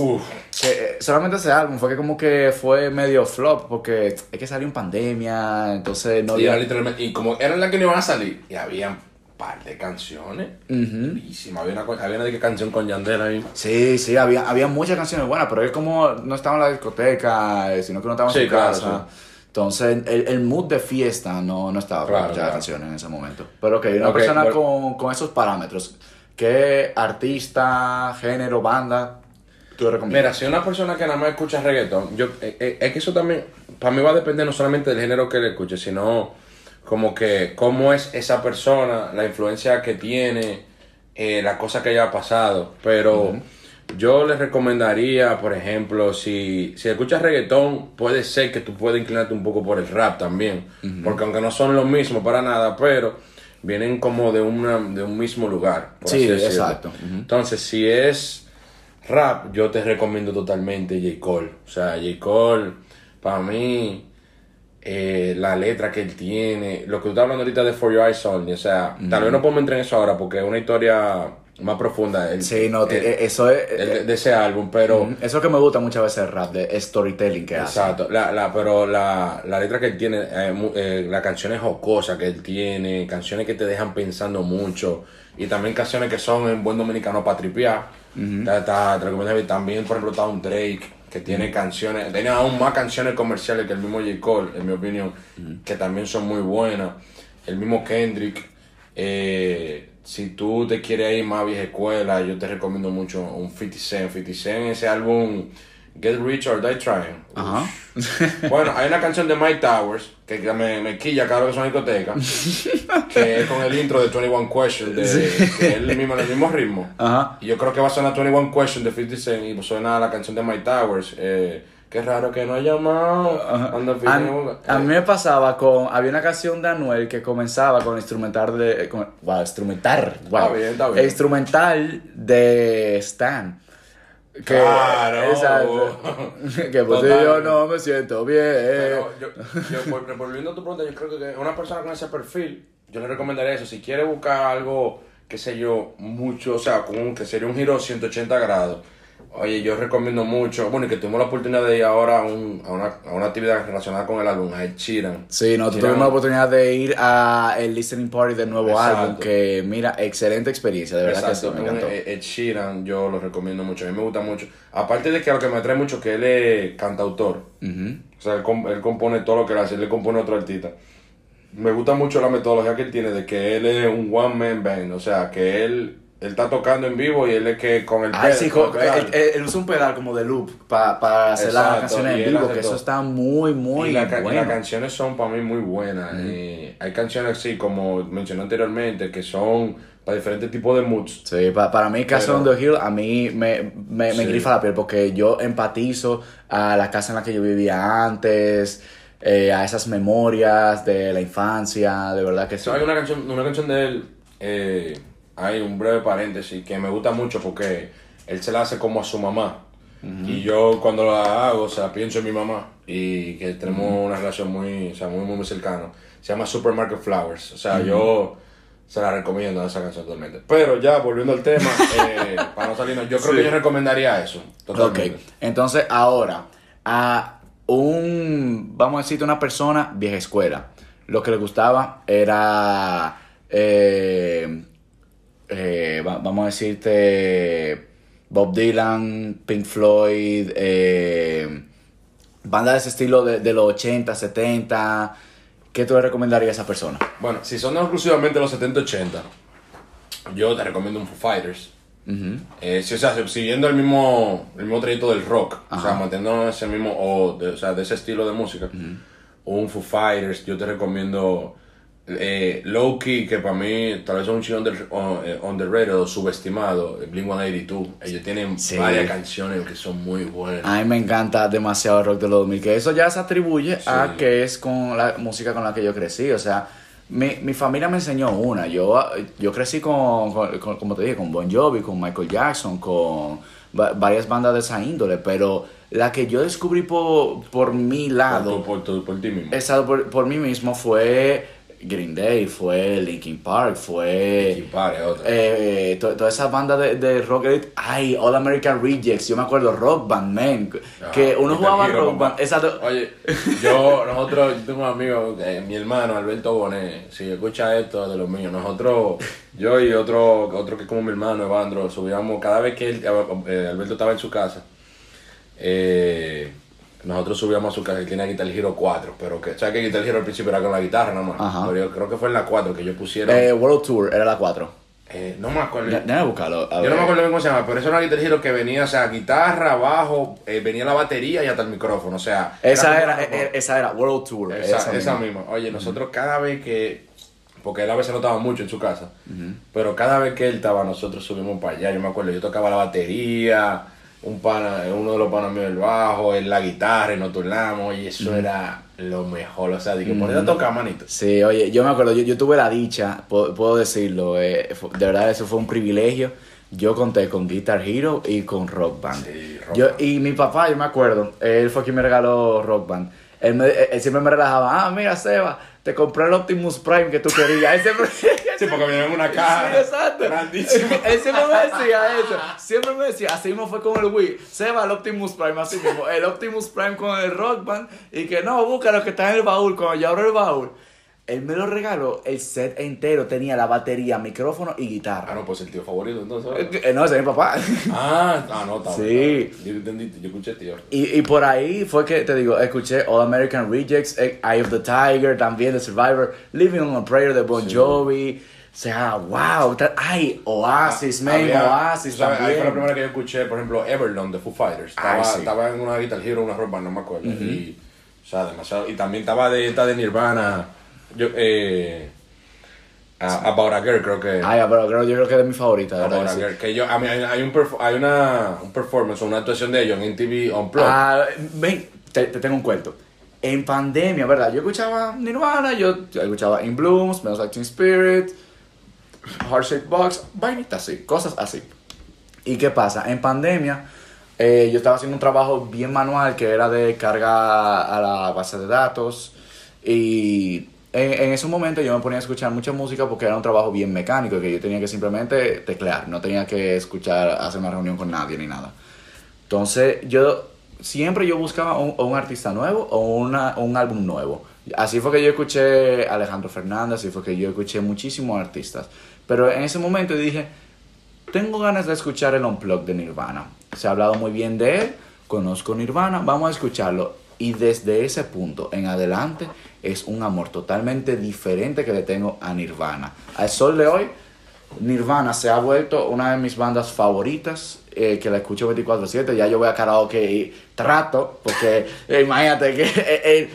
Solamente ese álbum fue que como que fue medio flop porque es que salió en pandemia, entonces no había... literalmente, y como eran las que no iban a salir, y había un par de canciones buenísimas. Había una canción con Yandel ahí. Sí, había muchas canciones buenas, pero es como no estaba en la discoteca, sino que no estaba en su casa. Sí. Entonces, el mood de fiesta no estaba para escuchar canciones en ese momento. Pero una persona con esos parámetros, ¿qué artista, género, banda tú recomiendas? Mira, si una persona que nada más escucha reggaetón, es que eso también, para mí va a depender no solamente del género que le escuche, sino como que cómo es esa persona, la influencia que tiene, la cosa que haya pasado. Pero... yo les recomendaría, por ejemplo, si escuchas reggaetón, puede ser que tú puedas inclinarte un poco por el rap también. Porque aunque no son lo mismo para nada, pero vienen como de un mismo lugar, por Sí, así decirlo. exacto. Entonces, si es rap, yo te recomiendo totalmente J. Cole. O sea, J. Cole, para mí, la letra que él tiene, lo que tú estás hablando ahorita de For Your Eyes Only, o sea, tal vez no podemos entrar en eso ahora porque es una historia más profunda Sí, no, eso es... de ese álbum, pero... Eso que me gusta muchas veces el rap, de storytelling que hace. Exacto, pero la letra que él tiene, las canciones jocosas que él tiene, canciones que te dejan pensando mucho, y también canciones que son en buen dominicano para tripear. Te recomiendo también, por ejemplo, está un Drake que tiene canciones, tiene aún más canciones comerciales que el mismo J. Cole, en mi opinión, que también son muy buenas. El mismo Kendrick. Si tú te quieres ir más vieja escuela, yo te recomiendo mucho un 50 Cent. 50 Cent, ese álbum Get Rich or Die Trying. Ajá. Bueno, hay una canción de Mike Towers que me quilla cada vez que son discotecas, que es con el intro de 21 Questions, que es el mismo ritmo. Ajá. Y yo creo que va a sonar 21 Questions de 50 Cent y suena la canción de Mike Towers. Qué raro que no haya llamado. A mí me pasaba con... Había una canción de Anuel que comenzaba con instrumental de... instrumental. Wow. Está bien. Instrumental de Stan. Claro. Exacto. Que pues yo no me siento bien. Pero volviendo a tu pregunta, yo creo que una persona con ese perfil, yo le recomendaría eso. Si quiere buscar algo, qué sé yo, mucho, o sea, que sería un giro 180 grados. Oye, yo recomiendo mucho, bueno, y que tuvimos la oportunidad de ir ahora a una actividad relacionada con el álbum, a Ed Sheeran. Sí, nosotros tuvimos la oportunidad de ir a el listening party del nuevo Exacto. álbum, que mira, excelente experiencia, de verdad. Exacto, que sí, me encantó. Ed Sheeran yo lo recomiendo mucho, a mí me gusta mucho. Aparte de que lo que me atrae mucho que él es cantautor. O sea, él compone todo lo que él hace, él le compone a otro artista. Me gusta mucho la metodología que él tiene de que él es un one man band, o sea, que él está tocando en vivo y él es que con el pedal. Sí, él usa un pedal como de loop para hacer las canciones en vivo, que eso está muy bueno. Y las canciones son para mí muy buenas. Hay canciones así, como mencioné anteriormente, que son para diferentes tipos de moods. Sí, para mí Castle on the Hill a mí me grifa la piel porque yo empatizo a la casa en la que yo vivía antes, a esas memorias de la infancia, de verdad que sí. Hay una canción de él, hay un breve paréntesis que me gusta mucho porque él se la hace como a su mamá. Y yo cuando la hago, o sea, pienso en mi mamá y que tenemos una relación muy cercana. Se llama Supermarket Flowers. O sea, yo se la recomiendo esa canción totalmente. Pero ya, volviendo al tema, para no salirnos, yo creo que yo recomendaría eso. Totalmente. Ok, entonces ahora, vamos a decirte una persona vieja escuela, lo que le gustaba era... vamos a decirte Bob Dylan, Pink Floyd, bandas de ese estilo de los 80, 70. ¿Qué tú le recomendarías a esa persona? Bueno, si son exclusivamente los 70-80, yo te recomiendo un Foo Fighters. Siguiendo el mismo trayecto del rock, o sea, manteniendo ese mismo, de ese estilo de música, un Foo Fighters, yo te recomiendo Low Key, que para mí tal vez es un chico underrated o subestimado, Blink-182. Ellos tienen varias canciones que son muy buenas. A mí me encanta demasiado el rock de los 2000, que eso ya se atribuye a que es con la música con la que yo crecí. O sea, mi familia me enseñó una. Yo crecí con, como te dije, con Bon Jovi, con Michael Jackson, con varias bandas de esa índole, pero la que yo descubrí por mi lado, por ti mismo. Exacto, por mí mismo, fue Green Day, fue Linkin Park, fue toda esa banda de rock. All American Rejects, yo me acuerdo, Rock Band, man, que uno jugaba Rock Band. Exacto. Oye, yo tengo un amigo, mi hermano Alberto Bonet, si escucha esto de los míos, yo y otro que es como mi hermano Evandro, subíamos cada vez que Alberto estaba en su casa, nosotros subíamos a su casa, que tiene Guitar Hero 4, pero que, ¿sabes que Guitar Hero al principio era con la guitarra nada más? Pero yo creo que fue en la 4 que yo pusieron... World Tour era la 4. No me acuerdo. Déjame buscarlo. Yo no me acuerdo bien cómo se llama, pero eso era una Guitar Hero que venía, o sea, guitarra, bajo, venía la batería y hasta el micrófono, o sea... Esa era World Tour. Esa misma. Oye, nosotros cada vez que... Porque él a veces no estaba mucho en su casa, pero cada vez que él estaba, nosotros subimos para allá. Yo me acuerdo, yo tocaba la batería... uno de los panas míos el bajo, él la guitarra y nos turnamos y eso era lo mejor, o sea, de que ponerte a tocar, manito. Sí, oye, yo me acuerdo, yo tuve la dicha, puedo decirlo, de verdad eso fue un privilegio. Yo conté con Guitar Hero y con Rock Band. Sí, Rock Band. Y mi papá, yo me acuerdo, él fue quien me regaló Rock Band. Él siempre me relajaba, mira Seba, te compré el Optimus Prime que tú querías. Él siempre... Sí, porque venía en una caja. Sí, exacto. Grandísima. Él siempre me decía eso. Siempre me decía, así mismo fue con el Wii. Seba, el Optimus Prime, así mismo. El Optimus Prime con el Rock Band. Y que no, busca lo que está en el baúl. Cuando yo abro el baúl, él me lo regaló, el set entero. Tenía la batería, micrófono y guitarra. Ah, no, pues el tío favorito, entonces. No, ese es mi papá. No, está Sí. Yo entendí, yo escuché tío. Y por ahí fue que, te digo, escuché All American Rejects, Eye of the Tiger, también The Survivor, Living on a Prayer de Bon Jovi. O sea, wow. Ay, Oasis, man, Oasis ¿sabes? también. Ahí fue la primera que yo escuché, por ejemplo, Everlong de Foo Fighters. Estaba en una Guitar Hero, una Rock Band, no me acuerdo. Y, o sea, demasiado. Y también estaba de Nirvana. About a Girl, creo que. Ay, pero yo creo que es de mi favorita, About ¿verdad? a Girl. Que yo, a mí hay un performance, una actuación de ellos en MTV Unplugged. Ven, te tengo un cuento. En pandemia, ¿verdad? Yo escuchaba Nirvana, yo escuchaba In Bloom, Smells Like Teen Spirit, Heart Shaped Box, vainitas así, cosas así. ¿Y qué pasa? En pandemia, yo estaba haciendo un trabajo bien manual que era de carga a la base de datos. Y en ese momento yo me ponía a escuchar mucha música porque era un trabajo bien mecánico, que yo tenía que simplemente teclear, no tenía que hacer una reunión con nadie ni nada. Entonces siempre yo buscaba un artista nuevo o un álbum nuevo. Así fue que yo escuché Alejandro Fernández, así fue que yo escuché muchísimos artistas. Pero en ese momento dije, tengo ganas de escuchar el Unplugged de Nirvana. Se ha hablado muy bien de él, conozco Nirvana, vamos a escucharlo. Y desde ese punto en adelante es un amor totalmente diferente que le tengo a Nirvana. Al sol de hoy, Nirvana se ha vuelto una de mis bandas favoritas, que la escucho 24/7. Ya yo voy a karaoke y trato, porque imagínate que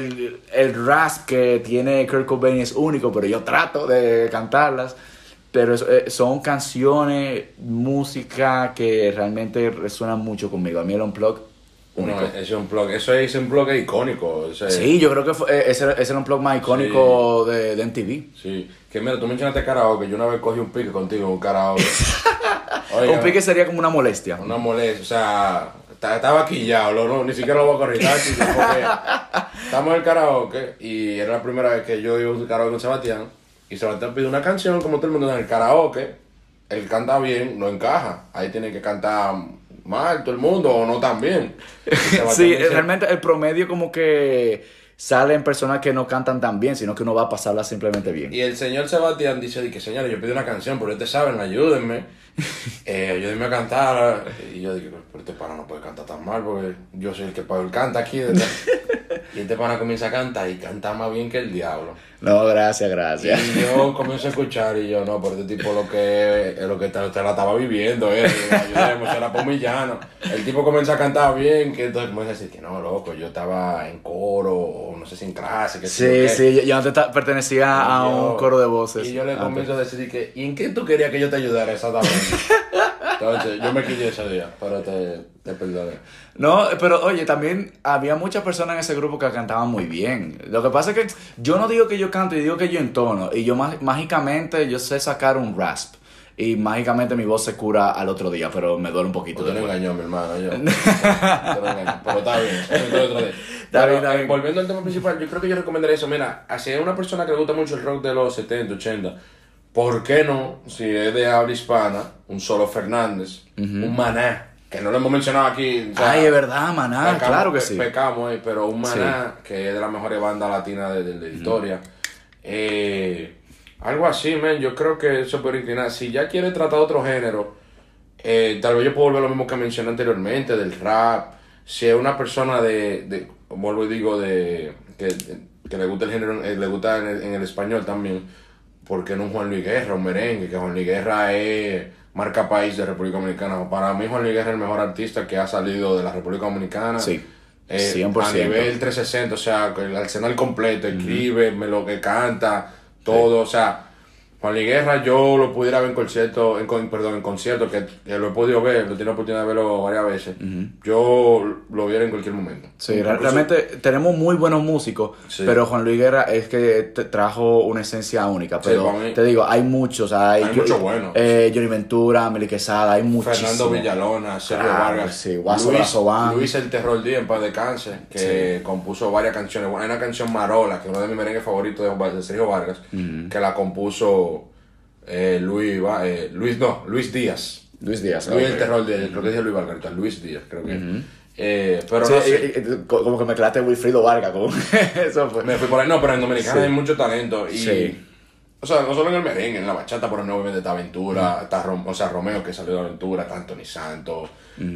el rasp que tiene Kurt Cobain es único, pero yo trato de cantarlas. Pero son canciones, música que realmente resuenan mucho conmigo. A mí el Unplugged, único. No, eso es un blog icónico. Sí, yo creo que ese es el Unplugged más icónico de MTV. Sí, que mira, tú mencionaste karaoke, yo una vez cogí un pique contigo en un karaoke. Oiga, un pique sería como una molestia. Una molestia, o sea, estaba quillado, ni siquiera lo voy a corregir, porque estamos en el karaoke y era la primera vez que yo iba al karaoke con Sebastián. Y Sebastián pide una canción, como todo el mundo en el karaoke, él canta bien, no encaja. Ahí tiene que cantar mal todo el mundo o no tan bien. Sí, realmente el promedio como que sale en personas que no cantan tan bien, sino que uno va a pasarla simplemente bien. Y el señor Sebastián dice que señores, yo pido una canción, pero ustedes saben, ayúdenme. Ayúdenme a cantar. Y yo digo, pero este pana no puede cantar tan mal porque yo soy el que pago el canta aquí. Y este pana comienza a cantar y canta más bien que el diablo. No, gracias. Y yo comienzo a escuchar y yo, no, pero este tipo lo que usted la estaba viviendo, ayudemos, era pomillano. El tipo comienza a cantar bien, que entonces comienza a decir que no, loco, yo estaba en coro, o no sé si en clase. Que sí, yo antes pertenecía a un coro de voces. Y yo le comienzo a decir que, ¿y en qué tú querías que yo te ayudara exactamente? Entonces, yo me quillé ese día, pero te perdoné. No, pero oye, también había muchas personas en ese grupo que cantaban muy bien. Lo que pasa es que yo no digo que yo canto, y digo que yo entono. Y yo mágicamente yo sé sacar un rasp. Y mágicamente mi voz se cura al otro día, pero me duele un poquito. Usted no engañó, mi hermano, yo. Pero está bien, Está bien. Volviendo al tema principal, yo creo que yo recomendaría eso. Mira, si es una persona que le gusta mucho el rock de los 70, 80, ¿por qué no? Si es de habla hispana, un Solo Fernández, un Maná, que no lo hemos mencionado aquí. O sea, ay, es verdad, Maná, claro que sí. Pecamos, pero un Maná, sí, que es de las mejores bandas latinas de la historia. Algo así, man, yo creo que eso puede inclinar. Si ya quiere tratar otro género, tal vez yo puedo volver a lo mismo que mencioné anteriormente, del rap. Si es una persona vuelvo y digo, que le gusta el género, le gusta en el español también, ¿por qué no un Juan Luis Guerra, un merengue? Que Juan Luis Guerra es marca país de República Dominicana. Para mí Juan Luis Guerra es el mejor artista que ha salido de la República Dominicana. Sí, 100%. A nivel 360, o sea, el arsenal completo, escribe, lo que canta, todo, sí. O sea, Juan Luis Guerra yo lo pudiera ver en concierto, en concierto, que lo he podido ver, lo he tenido la oportunidad de verlo varias veces. Yo lo viera en cualquier momento. Sí, realmente tenemos muy buenos músicos, Sí. pero Juan Luis Guerra es que trajo una esencia única. Pero para mí- te digo, hay muchos. Hay muchos buenos. Johnny Ventura, Meli Quesada, hay muchísimos. Fernando Villalona, Sergio Claro, Vargas, sí, Guaso Brazován. Luis el Terror Díaz, en paz descanse, que compuso varias canciones. Hay una canción Marola, que es uno de mis merengues favoritos de Sergio Vargas, que la compuso Luis Díaz. Luis Díaz. Luis ok. el Terror Díaz, creo que dice Luis Vargas, ahorita, Luis Díaz, creo que. Pero Sí, no sé. como que me clate Wilfrido Vargas con eso fue. Me fui por ahí, no, pero en Dominicana Sí. hay mucho talento. Y, Sí. o sea, no solo en el merengue, en la bachata, pero no obviamente está Aventura, está Romeo que salió de Aventura, está Anthony Santos,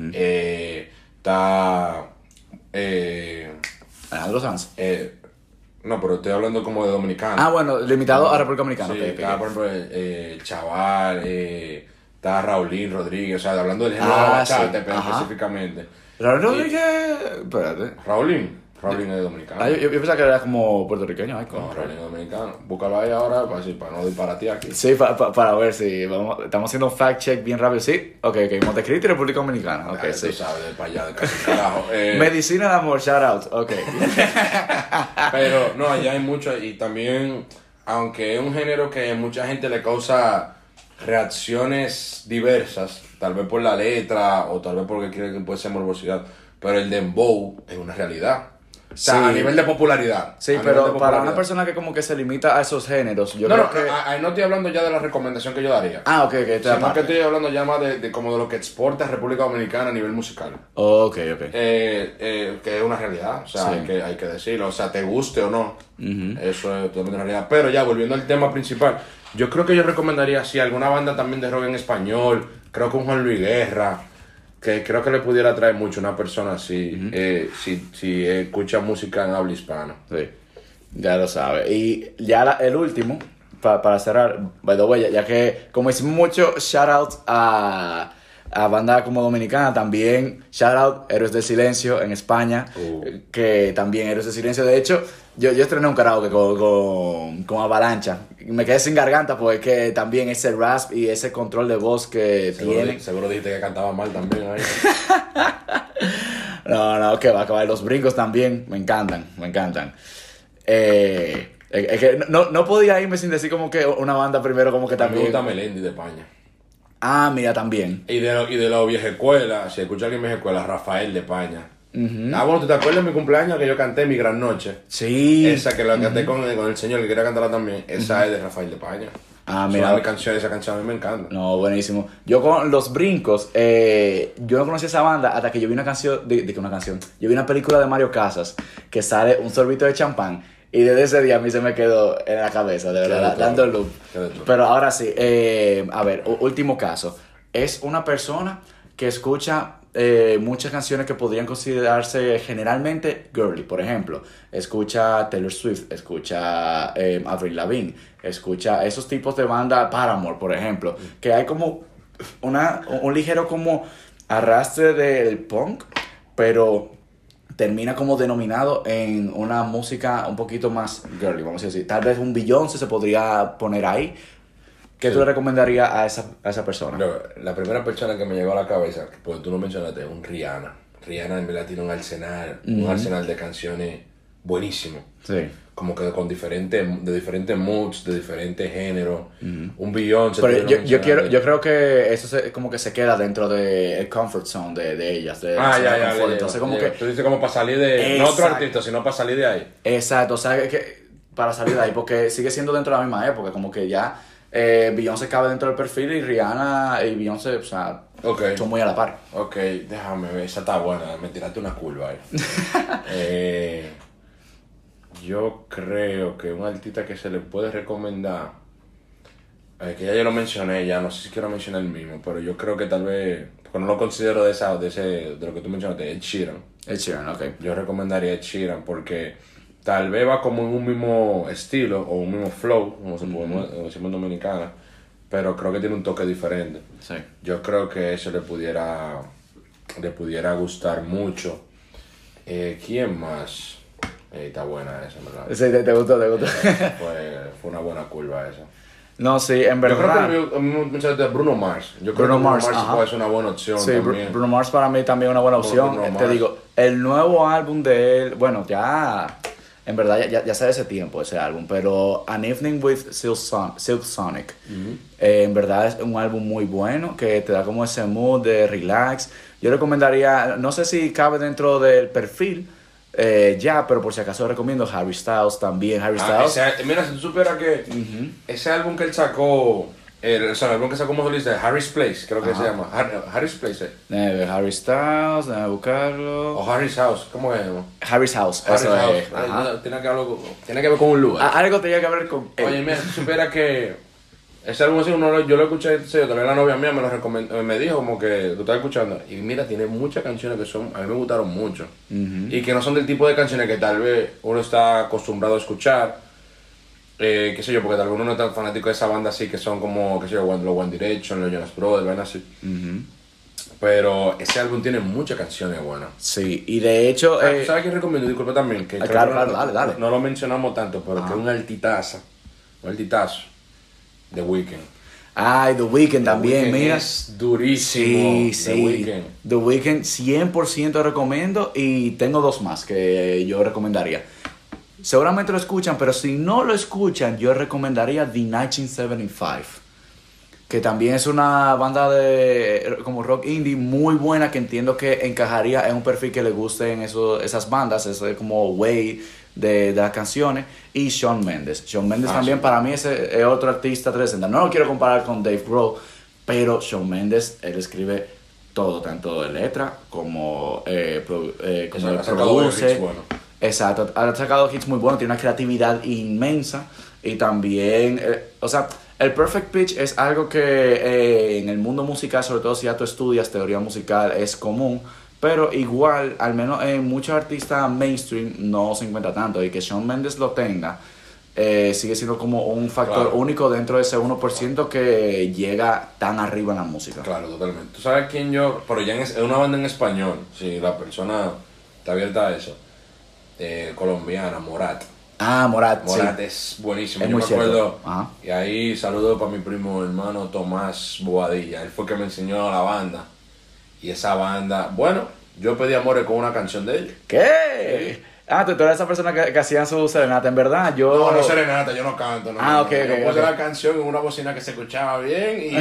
está. Alejandro Sanz. No, pero estoy hablando como de dominicano. Ah, bueno, limitado a República Dominicana. Sí, ok, está, ok. por ejemplo, el Chaval, está Raulín Rodríguez, o sea, hablando del género de Ah, la bachata, sí, pero ajá. específicamente. Raúl Rodríguez. Espérate. Raulín es dominicano. Ah, yo pensaba que era como puertorriqueño. Ay, No, con Raulín es dominicano. Búscalo ahí ahora para no disparatear aquí. Sí, para ver si estamos haciendo un fact check bien rápido. Sí, ok, Montecristi, República Dominicana. Ok, Ya, sí. tú sabes, de para allá, de casi carajo. Medicina de amor, shout out. Ok. Pero no, allá hay mucho y también, aunque es un género que mucha gente le causa reacciones diversas, tal vez por la letra o tal vez porque cree que puede ser morbosidad, pero el dembow es una realidad. O sea, Sí. a nivel de popularidad. Sí, a nivel de pero para popularidad. una persona que como que se limita a esos géneros, yo No, creo no, que... no estoy hablando ya de la recomendación que yo daría. Ah, ok, te Sino que aparte. estoy hablando ya más de como de lo que exporta República Dominicana a nivel musical. Ok. Que es una realidad, o sea, Sí. hay que decirlo, o sea, te guste o no, eso es totalmente una realidad. Pero ya, volviendo al tema principal, yo creo que yo recomendaría, si alguna banda también de rock en español, creo que un Juan Luis Guerra, que creo que le pudiera atraer mucho a una persona así, si escucha música en habla hispana. Sí, ya lo sabe. Y ya el último, para cerrar, by the way, ya que como hicimos mucho shout out a bandas como Dominicana, también shout out Héroes del Silencio en España, que también Héroes del Silencio, de hecho, yo estrené un karaoke con Avalancha, me quedé sin garganta porque es que también ese rasp y ese control de voz que tiene. Seguro dijiste que cantaba mal también ahí. No, que va, los brincos también, me encantan. Es que no podía irme sin decir como que una banda primero como que A mí me también. gusta Melendi de España. Ah, mira, también. Y de la vieja escuela, si escucha alguien vieja escuela, Rafael de España. Ah, bueno, ¿tú te acuerdas de mi cumpleaños que yo canté Mi Gran Noche? Sí. Esa que la canté con el señor que quería cantarla también. Esa es de Rafael de España. Ah, Es mira. una canción, esa canción a mí me encanta. No, buenísimo. Yo con Los Brincos, yo no conocía esa banda hasta que yo vi una canción, yo vi una película de Mario Casas que sale un sorbito de champán y desde ese día a mí se me quedó en la cabeza, de verdad, dando el loop. Pero ahora sí, a ver, último caso. Es una persona que escucha muchas canciones que podrían considerarse generalmente girly. Por ejemplo, escucha Taylor Swift, escucha Avril Lavigne, escucha esos tipos de banda, Paramore, por ejemplo, que hay como un ligero como arrastre del punk, pero termina como denominado en una música un poquito más girly, vamos a decir. Tal vez un Beyoncé se podría poner ahí. ¿Qué tú le recomendarías a esa persona? La primera persona que me llegó a la cabeza, porque tú lo mencionaste, es un Rihanna. Rihanna en verdad tiene un arsenal de canciones buenísimo. Sí. Como que con diferentes moods, de diferentes géneros. Un Beyoncé. Pero yo creo que eso como que se queda dentro del comfort zone de ellas. Ya. Entonces como que... Tú dices como para salir de... No otro artista, sino para salir de ahí. Exacto, o sea, que para salir de ahí, porque sigue siendo dentro de la misma época, como que ya Beyoncé cabe dentro del perfil y Rihanna y Beyoncé, o sea, son muy a la par. Ok, déjame ver, esa está buena, me tiraste una curva ahí. Yo creo que un artista que se le puede recomendar, que ya yo lo mencioné, ya no sé si quiero mencionar el mismo, pero yo creo que tal vez, porque no lo considero de lo que tú mencionaste, Ed Sheeran. Ed Sheeran, ok. Yo recomendaría Ed Sheeran porque tal vez va como en un mismo estilo o un mismo flow, como se podemos decir en dominicana, pero creo que tiene un toque diferente. Sí. Yo creo que eso le pudiera gustar mucho. ¿Quién más? Está buena esa, ¿verdad? Sí, te gustó. Fue una buena curva esa. No, sí, en Yo verdad. creo que muchas veces Bruno Mars. Yo creo Bruno que Bruno Mars, Mars ajá. puede ser una buena opción Sí, también. Bruno Mars para mí también es una buena opción. Bruno Te Mars. digo, el nuevo álbum de él, bueno, ya, en verdad ya sale ese tiempo ese álbum, pero An Evening with Silk Sonic, en verdad es un álbum muy bueno que te da como ese mood de relax. Yo recomendaría, no sé si cabe dentro del perfil, ya, pero por si acaso recomiendo Harry Styles también. Harry Styles. Mira, si tú supieras que ese álbum que él sacó, o sea, el álbum que sacó como solista, Harry's Place, creo que se llama. Harry's Place. Harry Styles, déjame buscarlo. O Harry's House, ¿cómo se llama? Harry's House, Harry's eso House. es. Ajá. Tiene que ver con un lugar. Algo tenía que ver con él. Oye, mira, si tú supieras que ese álbum así, yo lo escuché, también la novia mía me lo recomendó, me dijo como que lo estaba escuchando. Y mira, tiene muchas canciones que a mí me gustaron mucho. Y que no son del tipo de canciones que tal vez uno está acostumbrado a escuchar. Qué sé yo, porque tal vez uno no es tan fanático de esa banda así, que son como, qué sé yo, los One Direction, los Jonas Brothers, van así. Pero ese álbum tiene muchas canciones buenas. Sí, y de hecho... ¿Sabes quién recomiendo? Disculpa también. Que claro, dale. No lo mencionamos tanto, pero que es un altitazo. The Weeknd. Ay, The Weeknd también, mira. Es durísimo. Sí. The Weeknd. The Weeknd 100% recomiendo y tengo dos más que yo recomendaría. Seguramente lo escuchan, pero si no lo escuchan, yo recomendaría The 1975. Que también es una banda de como rock indie muy buena que entiendo que encajaría en un perfil que le gusten esas bandas, ese como way de las canciones. Y Shawn Mendes. Shawn Mendes también para mí es otro artista 360. No lo quiero comparar con Dave Grohl, pero Shawn Mendes, él escribe todo, tanto de letra como produce. Exacto, ha sacado hits muy buenos, tiene una creatividad inmensa y también, o sea, el perfect pitch es algo que en el mundo musical, sobre todo si ya tú estudias teoría musical, es común, pero igual, al menos en muchos artistas mainstream no se encuentra tanto y que Shawn Mendes lo tenga, sigue siendo como un factor único dentro de ese 1% que llega tan arriba en la música. Claro, totalmente. ¿Tú sabes quién yo? Pero ya es una banda en español, si la persona está abierta a eso. Colombiana, Morat. Morat sí. Es buenísimo. Es yo muy me acuerdo. Ajá. Y ahí saludo para mi primo hermano Tomás Boadilla. Él fue el que me enseñó a la banda. Y esa banda, bueno, yo pedí amores con una canción de él. ¿Qué? Sí. Tú eres esa persona que hacían su serenata, en verdad. No serenata, yo no canto. Ok. Yo puse la canción en una bocina que se escuchaba bien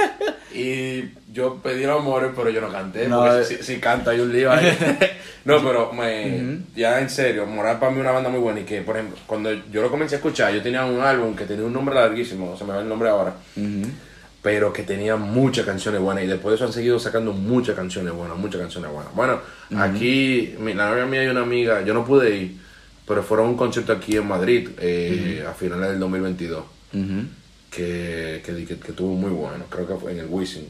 y yo pedí los amores, pero yo no canté. No, porque si canto hay un lío ahí. No, pero ya en serio, Morat para mí es una banda muy buena y que, por ejemplo, cuando yo lo comencé a escuchar, yo tenía un álbum que tenía un nombre larguísimo, se me va el nombre ahora, pero que tenía muchas canciones buenas y después de eso han seguido sacando muchas canciones buenas. Bueno, aquí, la novia mía y una amiga, yo no pude ir, pero fueron a un concierto aquí en Madrid a finales del 2022. Que estuvo muy bueno, creo que fue en el Wisin.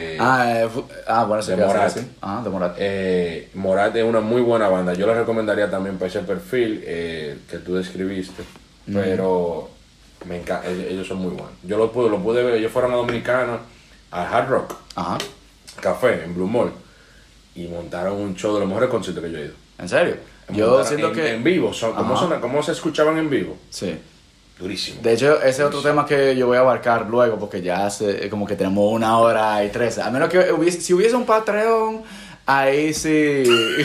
Bueno, de Morat. De Morat. Morat es una muy buena banda. Yo la recomendaría también para ese perfil que tú describiste. Pero me encanta, ellos son muy buenos. Yo lo pude ver, ellos fueron a Dominicana, a Hard Rock Café, en Blue Mall, y montaron un show de los mejores conciertos que yo he ido. ¿En serio? Yo siento que... En vivo, ¿cómo se escuchaban en vivo? Sí. Durísimo. De hecho, ese es otro tema que yo voy a abarcar luego, porque ya como que tenemos 1 hora y 13. A menos que si hubiese un Patreon, ahí sí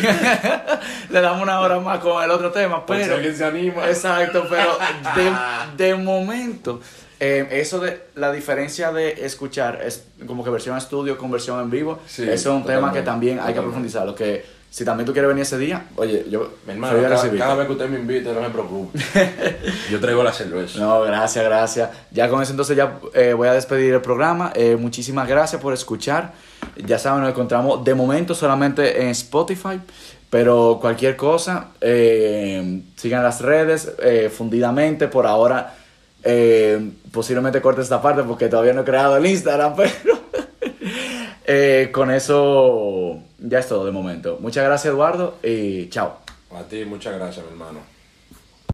le damos 1 hora más con el otro tema. Pero si alguien se anima. Exacto, pero de momento, eso de la diferencia de escuchar es como que versión estudio con versión en vivo. Sí, eso es un tema que también hay que profundizar. Lo que si también tú quieres venir ese día, oye, yo mi hermano, cada vez que usted me invite, no me preocupe. Yo traigo la cerveza. No, gracias. Ya con eso entonces ya voy a despedir el programa. Muchísimas gracias por escuchar. Ya saben, nos encontramos de momento solamente en Spotify, pero cualquier cosa, sigan las redes fundidamente. Por ahora, posiblemente corte esta parte porque todavía no he creado el Instagram, pero con eso ya es todo de momento. Muchas gracias, Eduardo, y chao. A ti, muchas gracias, mi hermano.